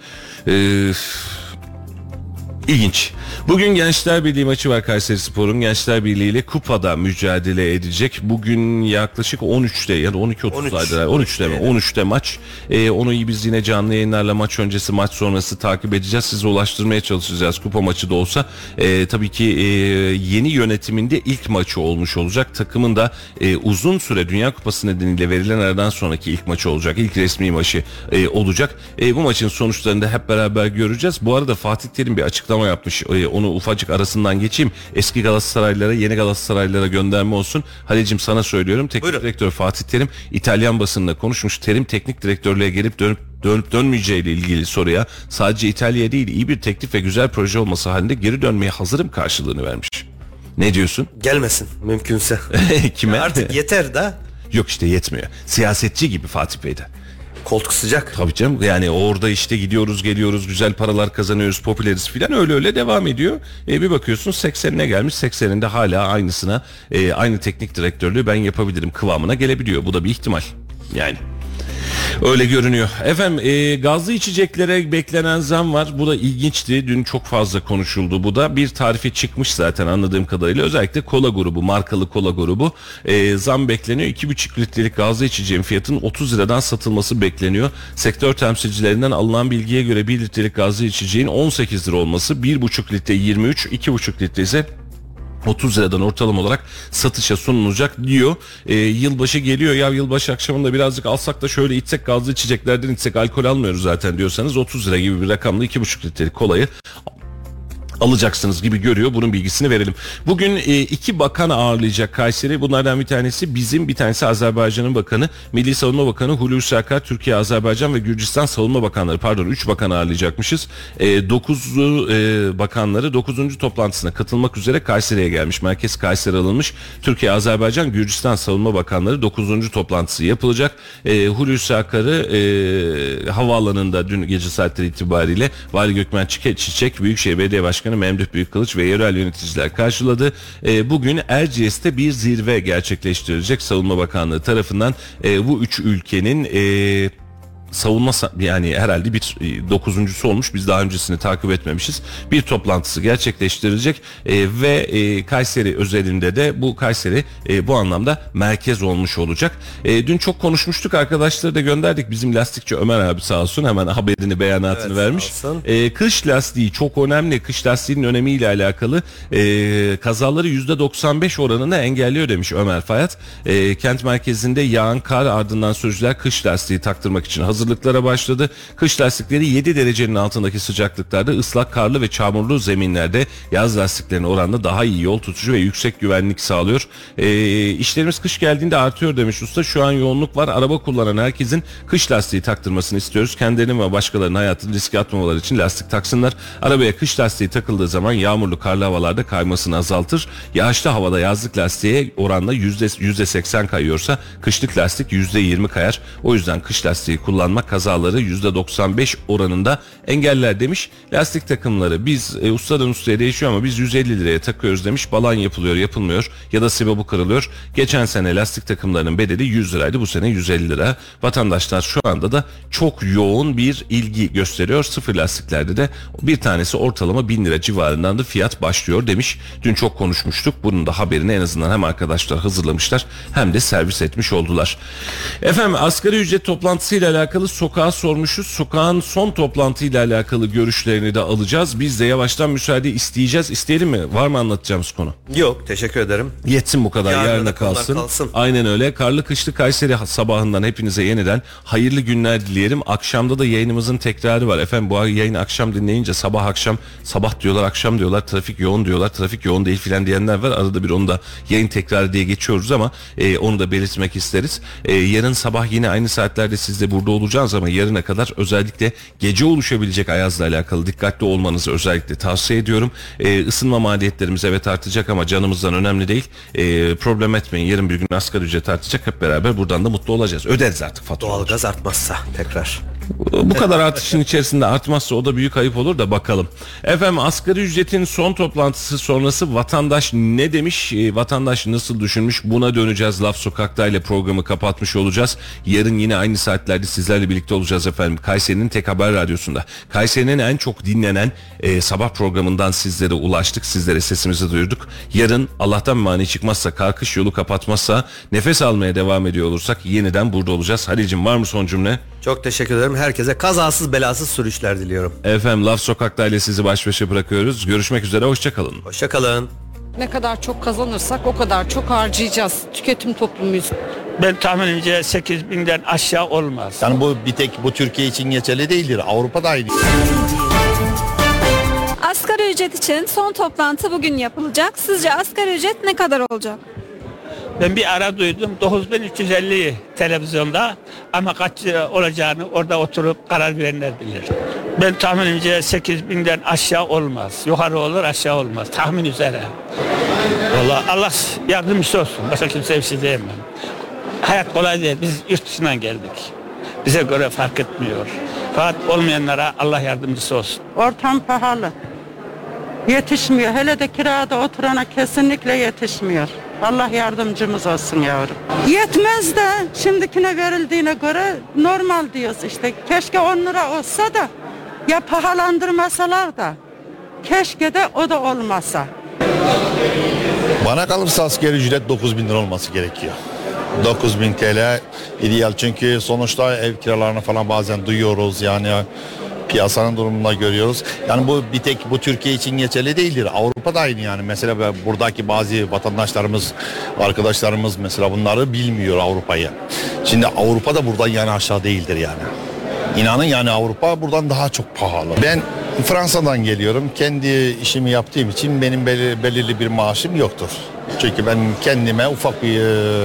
İlginç. Bugün Gençler Birliği maçı var. Kayserispor'un Gençler Birliği ile kupada mücadele edecek. Bugün yaklaşık 13'te ya da 12.30'daydı. 13'te mi? 13'te maç. Onu biz yine canlı yayınlarla maç öncesi, maç sonrası takip edeceğiz. Size ulaştırmaya çalışacağız. Kupa maçı da olsa. Tabii ki yeni yönetiminde ilk maçı olmuş olacak. Takımın da uzun süre Dünya Kupası nedeniyle verilen aradan sonraki ilk maçı olacak. İlk resmi maçı olacak. Bu maçın sonuçlarını da hep beraber göreceğiz. Bu arada Fatih Terim bir açıklama yapmış. Onu ufacık arasından geçeyim. Eski Galatasaraylılara, yeni Galatasaraylılara gönderme olsun. Halicim sana söylüyorum. Teknik direktör Fatih Terim İtalyan basınında konuşmuş. Terim teknik direktörlüğe gelip dönüp dönmeyeceğiyle ilgili soruya sadece İtalya değil, iyi bir teklif ve güzel proje olması halinde geri dönmeye hazırım karşılığını vermiş. Ne diyorsun? Gelmesin mümkünse. Kime? Artık yeter de. Yok işte, yetmiyor. Siyasetçi gibi Fatih Bey de. Koltuk sıcak. Tabii canım, yani orada işte gidiyoruz geliyoruz, güzel paralar kazanıyoruz, popüleriz filan, öyle devam ediyor. Bir bakıyorsun 80'ine gelmiş, 80'inde hala aynısına aynı teknik direktörlüğü ben yapabilirim kıvamına gelebiliyor. Bu da bir ihtimal yani. Öyle görünüyor. Efendim gazlı içeceklere beklenen zam var. Bu da ilginçti. Dün çok fazla konuşuldu bu da. Bir tarifi çıkmış zaten anladığım kadarıyla. Özellikle kola grubu, markalı kola grubu zam bekleniyor. 2,5 litrelik gazlı içeceğin fiyatının 30 liradan satılması bekleniyor. Sektör temsilcilerinden alınan bilgiye göre 1 litrelik gazlı içeceğin 18 lira olması, 1,5 litre 23, 2,5 litre ise 30 liradan ortalama olarak satışa sunulacak diyor. Yılbaşı geliyor ya, yılbaşı akşamında birazcık alsak da şöyle içsek, gazlı içeceklerden içsek, alkol almıyoruz zaten diyorsanız 30 lira gibi bir rakamla 2,5 litrelik kolayı alacaksınız gibi görüyor. Bunun bilgisini verelim. Bugün 2 bakan ağırlayacak Kayseri. Bunlardan bir tanesi bizim, bir tanesi Azerbaycan'ın bakanı. Milli Savunma Bakanı Hulusi Akar, Türkiye, Azerbaycan ve Gürcistan Savunma Bakanları, 3 bakan ağırlayacakmışız. 9 bakanları 9. toplantısına katılmak üzere Kayseri'ye gelmiş. Merkez Kayseri alınmış. Türkiye, Azerbaycan, Gürcistan Savunma Bakanları 9. toplantısı yapılacak. Hulusi Akar'ı havaalanında dün gece saatleri itibariyle Vali Gökmen Çiçek, Büyükşehir Belediye Başkanı Memduh Büyükkılıç ve yerel yöneticiler karşıladı. Bugün Erciyes'te bir zirve gerçekleştirilecek Savunma Bakanlığı tarafından. Bu 3 ülkenin savunma, yani herhalde bir 9.'sü olmuş, biz daha öncesini takip etmemişiz. Bir toplantısı gerçekleştirilecek ve Kayseri özelinde de bu Kayseri bu anlamda merkez olmuş olacak. Dün çok konuşmuştuk, arkadaşları da gönderdik. Bizim lastikçi Ömer abi sağ olsun hemen haberini, beyanatını vermiş. Kış lastiği çok önemli. Kış lastiğinin önemiyle alakalı kazaları %95 oranında engelliyor demiş Ömer Fayat. Kent merkezinde yağan kar ardından sürücüler kış lastiği taktırmak için hazırlıklara başladı. Kış lastikleri 7 derecenin altındaki sıcaklıklarda, ıslak, karlı ve çamurlu zeminlerde yaz lastiklerine oranla daha iyi yol tutucu ve yüksek güvenlik sağlıyor. İşlerimiz kış geldiğinde artıyor demiş usta. Şu an yoğunluk var. Araba kullanan herkesin kış lastiği taktırmasını istiyoruz. Kendilerinin ve başkalarının hayatını riske atmamaları için lastik taksınlar. Arabaya kış lastiği takıldığı zaman yağmurlu, karlı havalarda kaymasını azaltır. Yağışlı havada yazlık lastiğe oranla %80 kayıyorsa kışlık lastik %20 kayar. O yüzden kış lastiği kullanmak kazaları %95 oranında engeller demiş. Lastik takımları biz ustadan ustaya değişiyor ama biz 150 liraya takıyoruz demiş. Balan yapılıyor, yapılmıyor ya da sibobu kırılıyor. Geçen sene lastik takımlarının bedeli 100 liraydı. Bu sene 150 lira. Vatandaşlar şu anda da çok yoğun bir ilgi gösteriyor. Sıfır lastiklerde de bir tanesi ortalama 1000 lira civarından da fiyat başlıyor demiş. Dün çok konuşmuştuk. Bunun da haberini en azından hem arkadaşlar hazırlamışlar hem de servis etmiş oldular. Efendim asgari ücret toplantısıyla alakalı alakalı sokağa sormuşuz. Sokağın son toplantıyla alakalı görüşlerini de alacağız. Biz de yavaştan müsaade isteyeceğiz. İsteyelim mi? Var mı anlatacağımız konu? Yok, teşekkür ederim. Yetsin bu kadar, Yarına yarına kadar kalsın. kalsın. Aynen öyle. Karlı kışlı Kayseri sabahından hepinize yeniden hayırlı günler dileyelim. Akşamda da yayınımızın tekrarı var. Efendim bu yayını akşam dinleyince sabah diyorlar, akşam diyorlar, trafik yoğun diyorlar. Trafik yoğun değil filan diyenler var. Arada bir onu da yayın tekrarı diye geçiyoruz ama onu da belirtmek isteriz. Yarın sabah yine aynı saatlerde siz de burada olacağız ama yarına kadar özellikle gece oluşabilecek ayazla alakalı dikkatli olmanızı özellikle tavsiye ediyorum. Isınma maliyetlerimiz evet artacak ama canımızdan önemli değil. Problem etmeyin. Yarın bir gün asgari ücret artacak. Hep beraber buradan da mutlu olacağız. Öderiz artık faturaları. Doğalgaz artmazsa tekrar. Bu kadar artışın içerisinde artmazsa o da büyük ayıp olur da bakalım. Efendim asgari ücretin son toplantısı sonrası vatandaş ne demiş? Vatandaş nasıl düşünmüş? Buna döneceğiz. Laf Sokak'ta ile programı kapatmış olacağız. Yarın yine aynı saatlerde sizlerle birlikte olacağız efendim. Kayseri'nin tek haber radyosunda. Kayseri'nin en çok dinlenen sabah programından sizlere ulaştık. Sizlere sesimizi duyurduk. Yarın Allah'tan mani çıkmazsa, karkış yolu kapatmazsa, nefes almaya devam ediyor olursak yeniden burada olacağız. Halil'cim var mı son cümle? Çok teşekkür ederim. Herkese kazasız belasız sürüşler diliyorum. Efendim Laf Sokak'ta ile sizi baş başa bırakıyoruz. Görüşmek üzere, hoşçakalın. Hoşçakalın. Ne kadar çok kazanırsak o kadar çok harcayacağız. Tüketim toplumuyuz. Ben tahminimce 8.000'den aşağı olmaz. Yani bu bir tek bu Türkiye için geçerli değildir. Avrupa'da aynı. Asgari ücret için son toplantı bugün yapılacak. Sizce asgari ücret ne kadar olacak? Ben bir ara duydum 9.350 televizyonda ama kaç olacağını orada oturup karar verenler bilir. Ben tahminimce 8.000'den aşağı olmaz. Yukarı olur aşağı olmaz. Tahmin üzere. Vallahi Allah yardımcısı olsun. Başka kimseye bir şey diyemem. Hayat kolay değil. Biz yurt dışından geldik. Bize göre fark etmiyor. Fakat olmayanlara Allah yardımcısı olsun. Ortam pahalı. Yetişmiyor. Hele de kirada oturana kesinlikle yetişmiyor. Allah yardımcımız olsun yavrum. Yetmez de şimdikine verildiğine göre normal diyoruz işte. Keşke 10 lira olsa da ya pahalandırmasalar da keşke de o da olmasa. Bana kalırsa asgari ücret 9.000 lira olması gerekiyor. 9.000 TL ideal çünkü sonuçta ev kiralarını falan bazen duyuyoruz yani piyasanın durumunda görüyoruz. Yani bu bir tek bu Türkiye için geçerli değildir. Avrupa'da aynı yani. Mesela buradaki bazı vatandaşlarımız, arkadaşlarımız mesela bunları bilmiyor Avrupa'yı. Şimdi Avrupa'da buradan yani aşağı değildir yani. İnanın yani Avrupa buradan daha çok pahalı. Ben Fransa'dan geliyorum. Kendi işimi yaptığım için benim belirli bir maaşım yoktur. Çünkü ben kendime ufak bir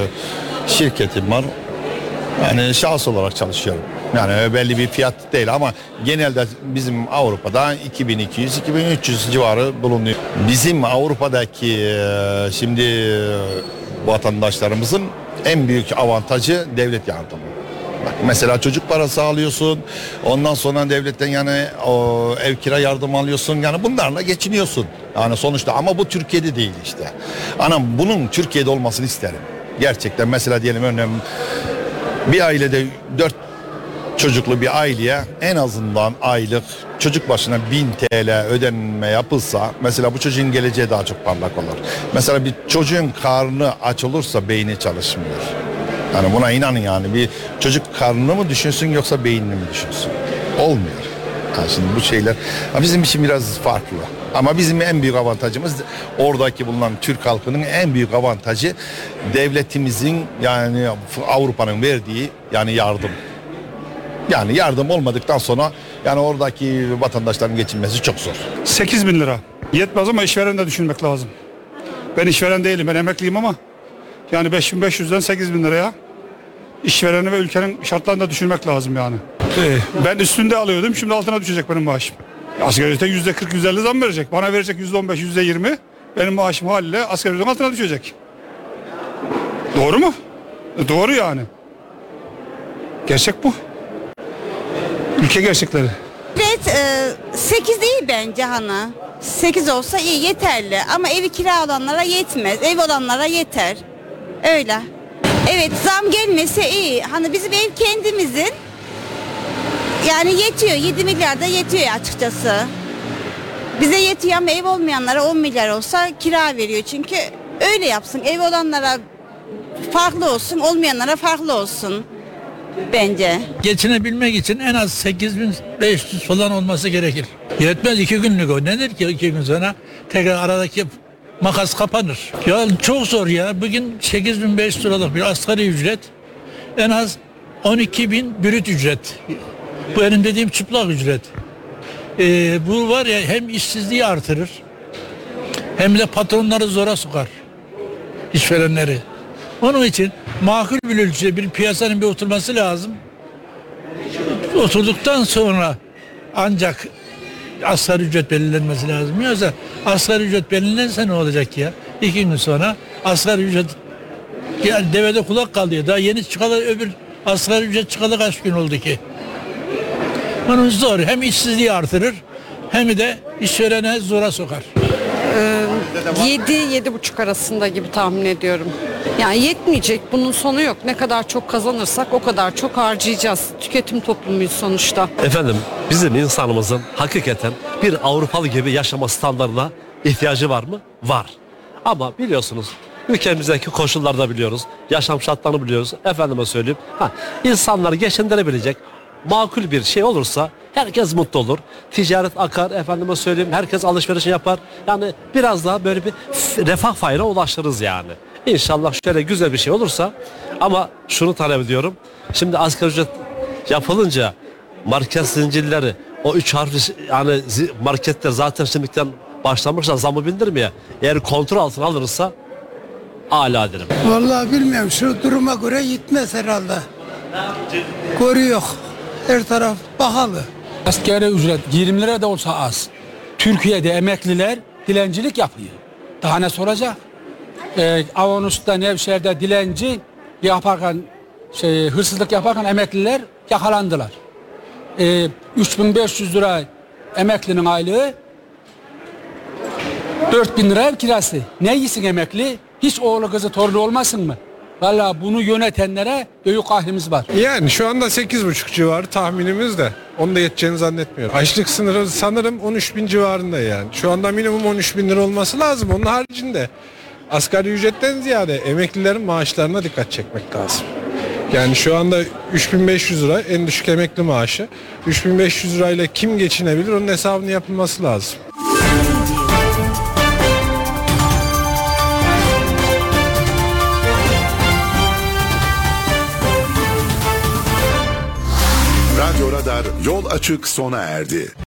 şirketim var. Yani şahıs olarak çalışıyorum. Yani belli bir fiyat değil ama genelde bizim Avrupa'da 2200-2300 civarı bulunuyor. Bizim Avrupa'daki şimdi vatandaşlarımızın en büyük avantajı devlet yardımı. Bak mesela çocuk parası alıyorsun. Ondan sonra devletten yani o ev kira yardımı alıyorsun. Yani bunlarla geçiniyorsun. Yani sonuçta ama bu Türkiye'de değil işte. Anam bunun Türkiye'de olmasını isterim. Gerçekten mesela diyelim örneğin bir ailede 4 çocuklu bir aileye en azından aylık çocuk başına 1000 TL ödenme yapılsa mesela bu çocuğun geleceği daha çok parlak olur. Mesela bir çocuğun karnı aç olursa beyni çalışmıyor. Yani buna inanın yani bir çocuk karnını mı düşünsün yoksa beynini mi düşünsün? Olmuyor. Yani şimdi bu şeyler bizim için biraz farklı. Ama bizim en büyük avantajımız oradaki bulunan Türk halkının en büyük avantajı devletimizin yani Avrupa'nın verdiği yani yardım. Yani yardım olmadıktan sonra yani oradaki vatandaşların geçinmesi çok zor. 8.000 lira. Yetmez ama işveren de düşünmek lazım. Ben işveren değilim, ben emekliyim ama yani 5.500'den 8.000 liraya işvereni ve ülkenin şartlarını da düşünmek lazım yani. Ben üstünde alıyordum, şimdi altına düşecek benim maaşım. Asgari ücrete %40, %50 zam verecek. Bana verecek %15, %20. Benim maaşım haliyle asgari ücretin altına düşecek. Doğru mu? Doğru yani. Gerçek bu. Ülke gerçekleri. Evet 8 iyi bence hani. 8 olsa iyi yeterli ama evi kira olanlara yetmez. Ev olanlara yeter. Öyle. Evet zam gelmese iyi. Hani bizim ev kendimizin. Yani yetiyor. 7 milyar da yetiyor açıkçası. Bize yetiyor ama ev olmayanlara 10 milyar olsa kira veriyor. Çünkü öyle yapsın. Ev olanlara farklı olsun, olmayanlara farklı olsun. bence. Geçinebilmek için en az 8500 falan olması gerekir. Yetmez, 2 günlük o. Nedir ki 2 gün sonra tekrar aradaki makas kapanır. Ya çok zor ya. Bugün 8500 liralık bir asgari ücret en az 12.000 brüt ücret. Bu benim dediğim çıplak ücret. Bu var ya, hem işsizliği artırır hem de patronları zora sokar, işverenleri. Onun için makul bir ölçüde bir piyasanın bir oturması lazım. Oturduktan sonra ancak asgari ücret belirlenmesi lazım. Yoksa asgari ücret belirlense ne olacak ya? 2 gün sonra asgari ücret, yani devede kulak kalıyor. Daha yeni çıkalı, öbür asgari ücret çıkalı kaç gün oldu ki? Onun zor. Hem işsizliği artırır hem de işverene zora sokar. 7-7,5 arasında gibi tahmin ediyorum. Yani yetmeyecek, bunun sonu yok. Ne kadar çok kazanırsak o kadar çok harcayacağız. Tüketim toplumuyuz sonuçta. Efendim, bizim insanımızın hakikaten bir Avrupalı gibi yaşama standartına ihtiyacı var mı? Var. Ama biliyorsunuz ülkemizdeki koşullarda biliyoruz. Yaşam şartlarını biliyoruz. Efendime söyleyeyim. İnsanları geçindirebilecek makul bir şey olursa herkes mutlu olur. Ticaret akar, efendime söyleyeyim, herkes alışveriş yapar. Yani biraz daha böyle bir refah fayına ulaşırız yani. İnşallah şöyle güzel bir şey olursa, ama şunu talep ediyorum. Şimdi asgari ücret yapılınca market zincirleri, o 3 harfli yani marketler zaten şimdiden başlamışlar zamı bindirmeye. Eğer kontrol altına alınırsa âlâ derim. Vallahi bilmiyorum, şu duruma göre gitmez herhalde. Görüyor. Her taraf pahalı. Asgari ücret 20 lira da olsa az. Türkiye'de emekliler dilencilik yapıyor. Daha ne soracak? Avanos'ta, Nevşehir'de dilenci yaparken, hırsızlık yaparken emekliler yakalandılar. 3500 lira emeklinin aylığı, 4000 lira ev kirası. Ne yesin emekli? Hiç oğlu kızı torunu olmasın mı? Valla bunu yönetenlere büyük kahrimiz var. Yani şu anda 8,5 civarı tahminimiz de. Onu da yeteceğini zannetmiyorum. Açlık sınırı sanırım 13.000 civarında yani. Şu anda minimum 13.000 lira olması lazım. Onun haricinde asgari ücretten ziyade emeklilerin maaşlarına dikkat çekmek lazım. Yani şu anda 3.500 lira en düşük emekli maaşı. 3.500 lirayla kim geçinebilir, onun hesabını yapılması lazım. Radyo Radar yol açık sona erdi.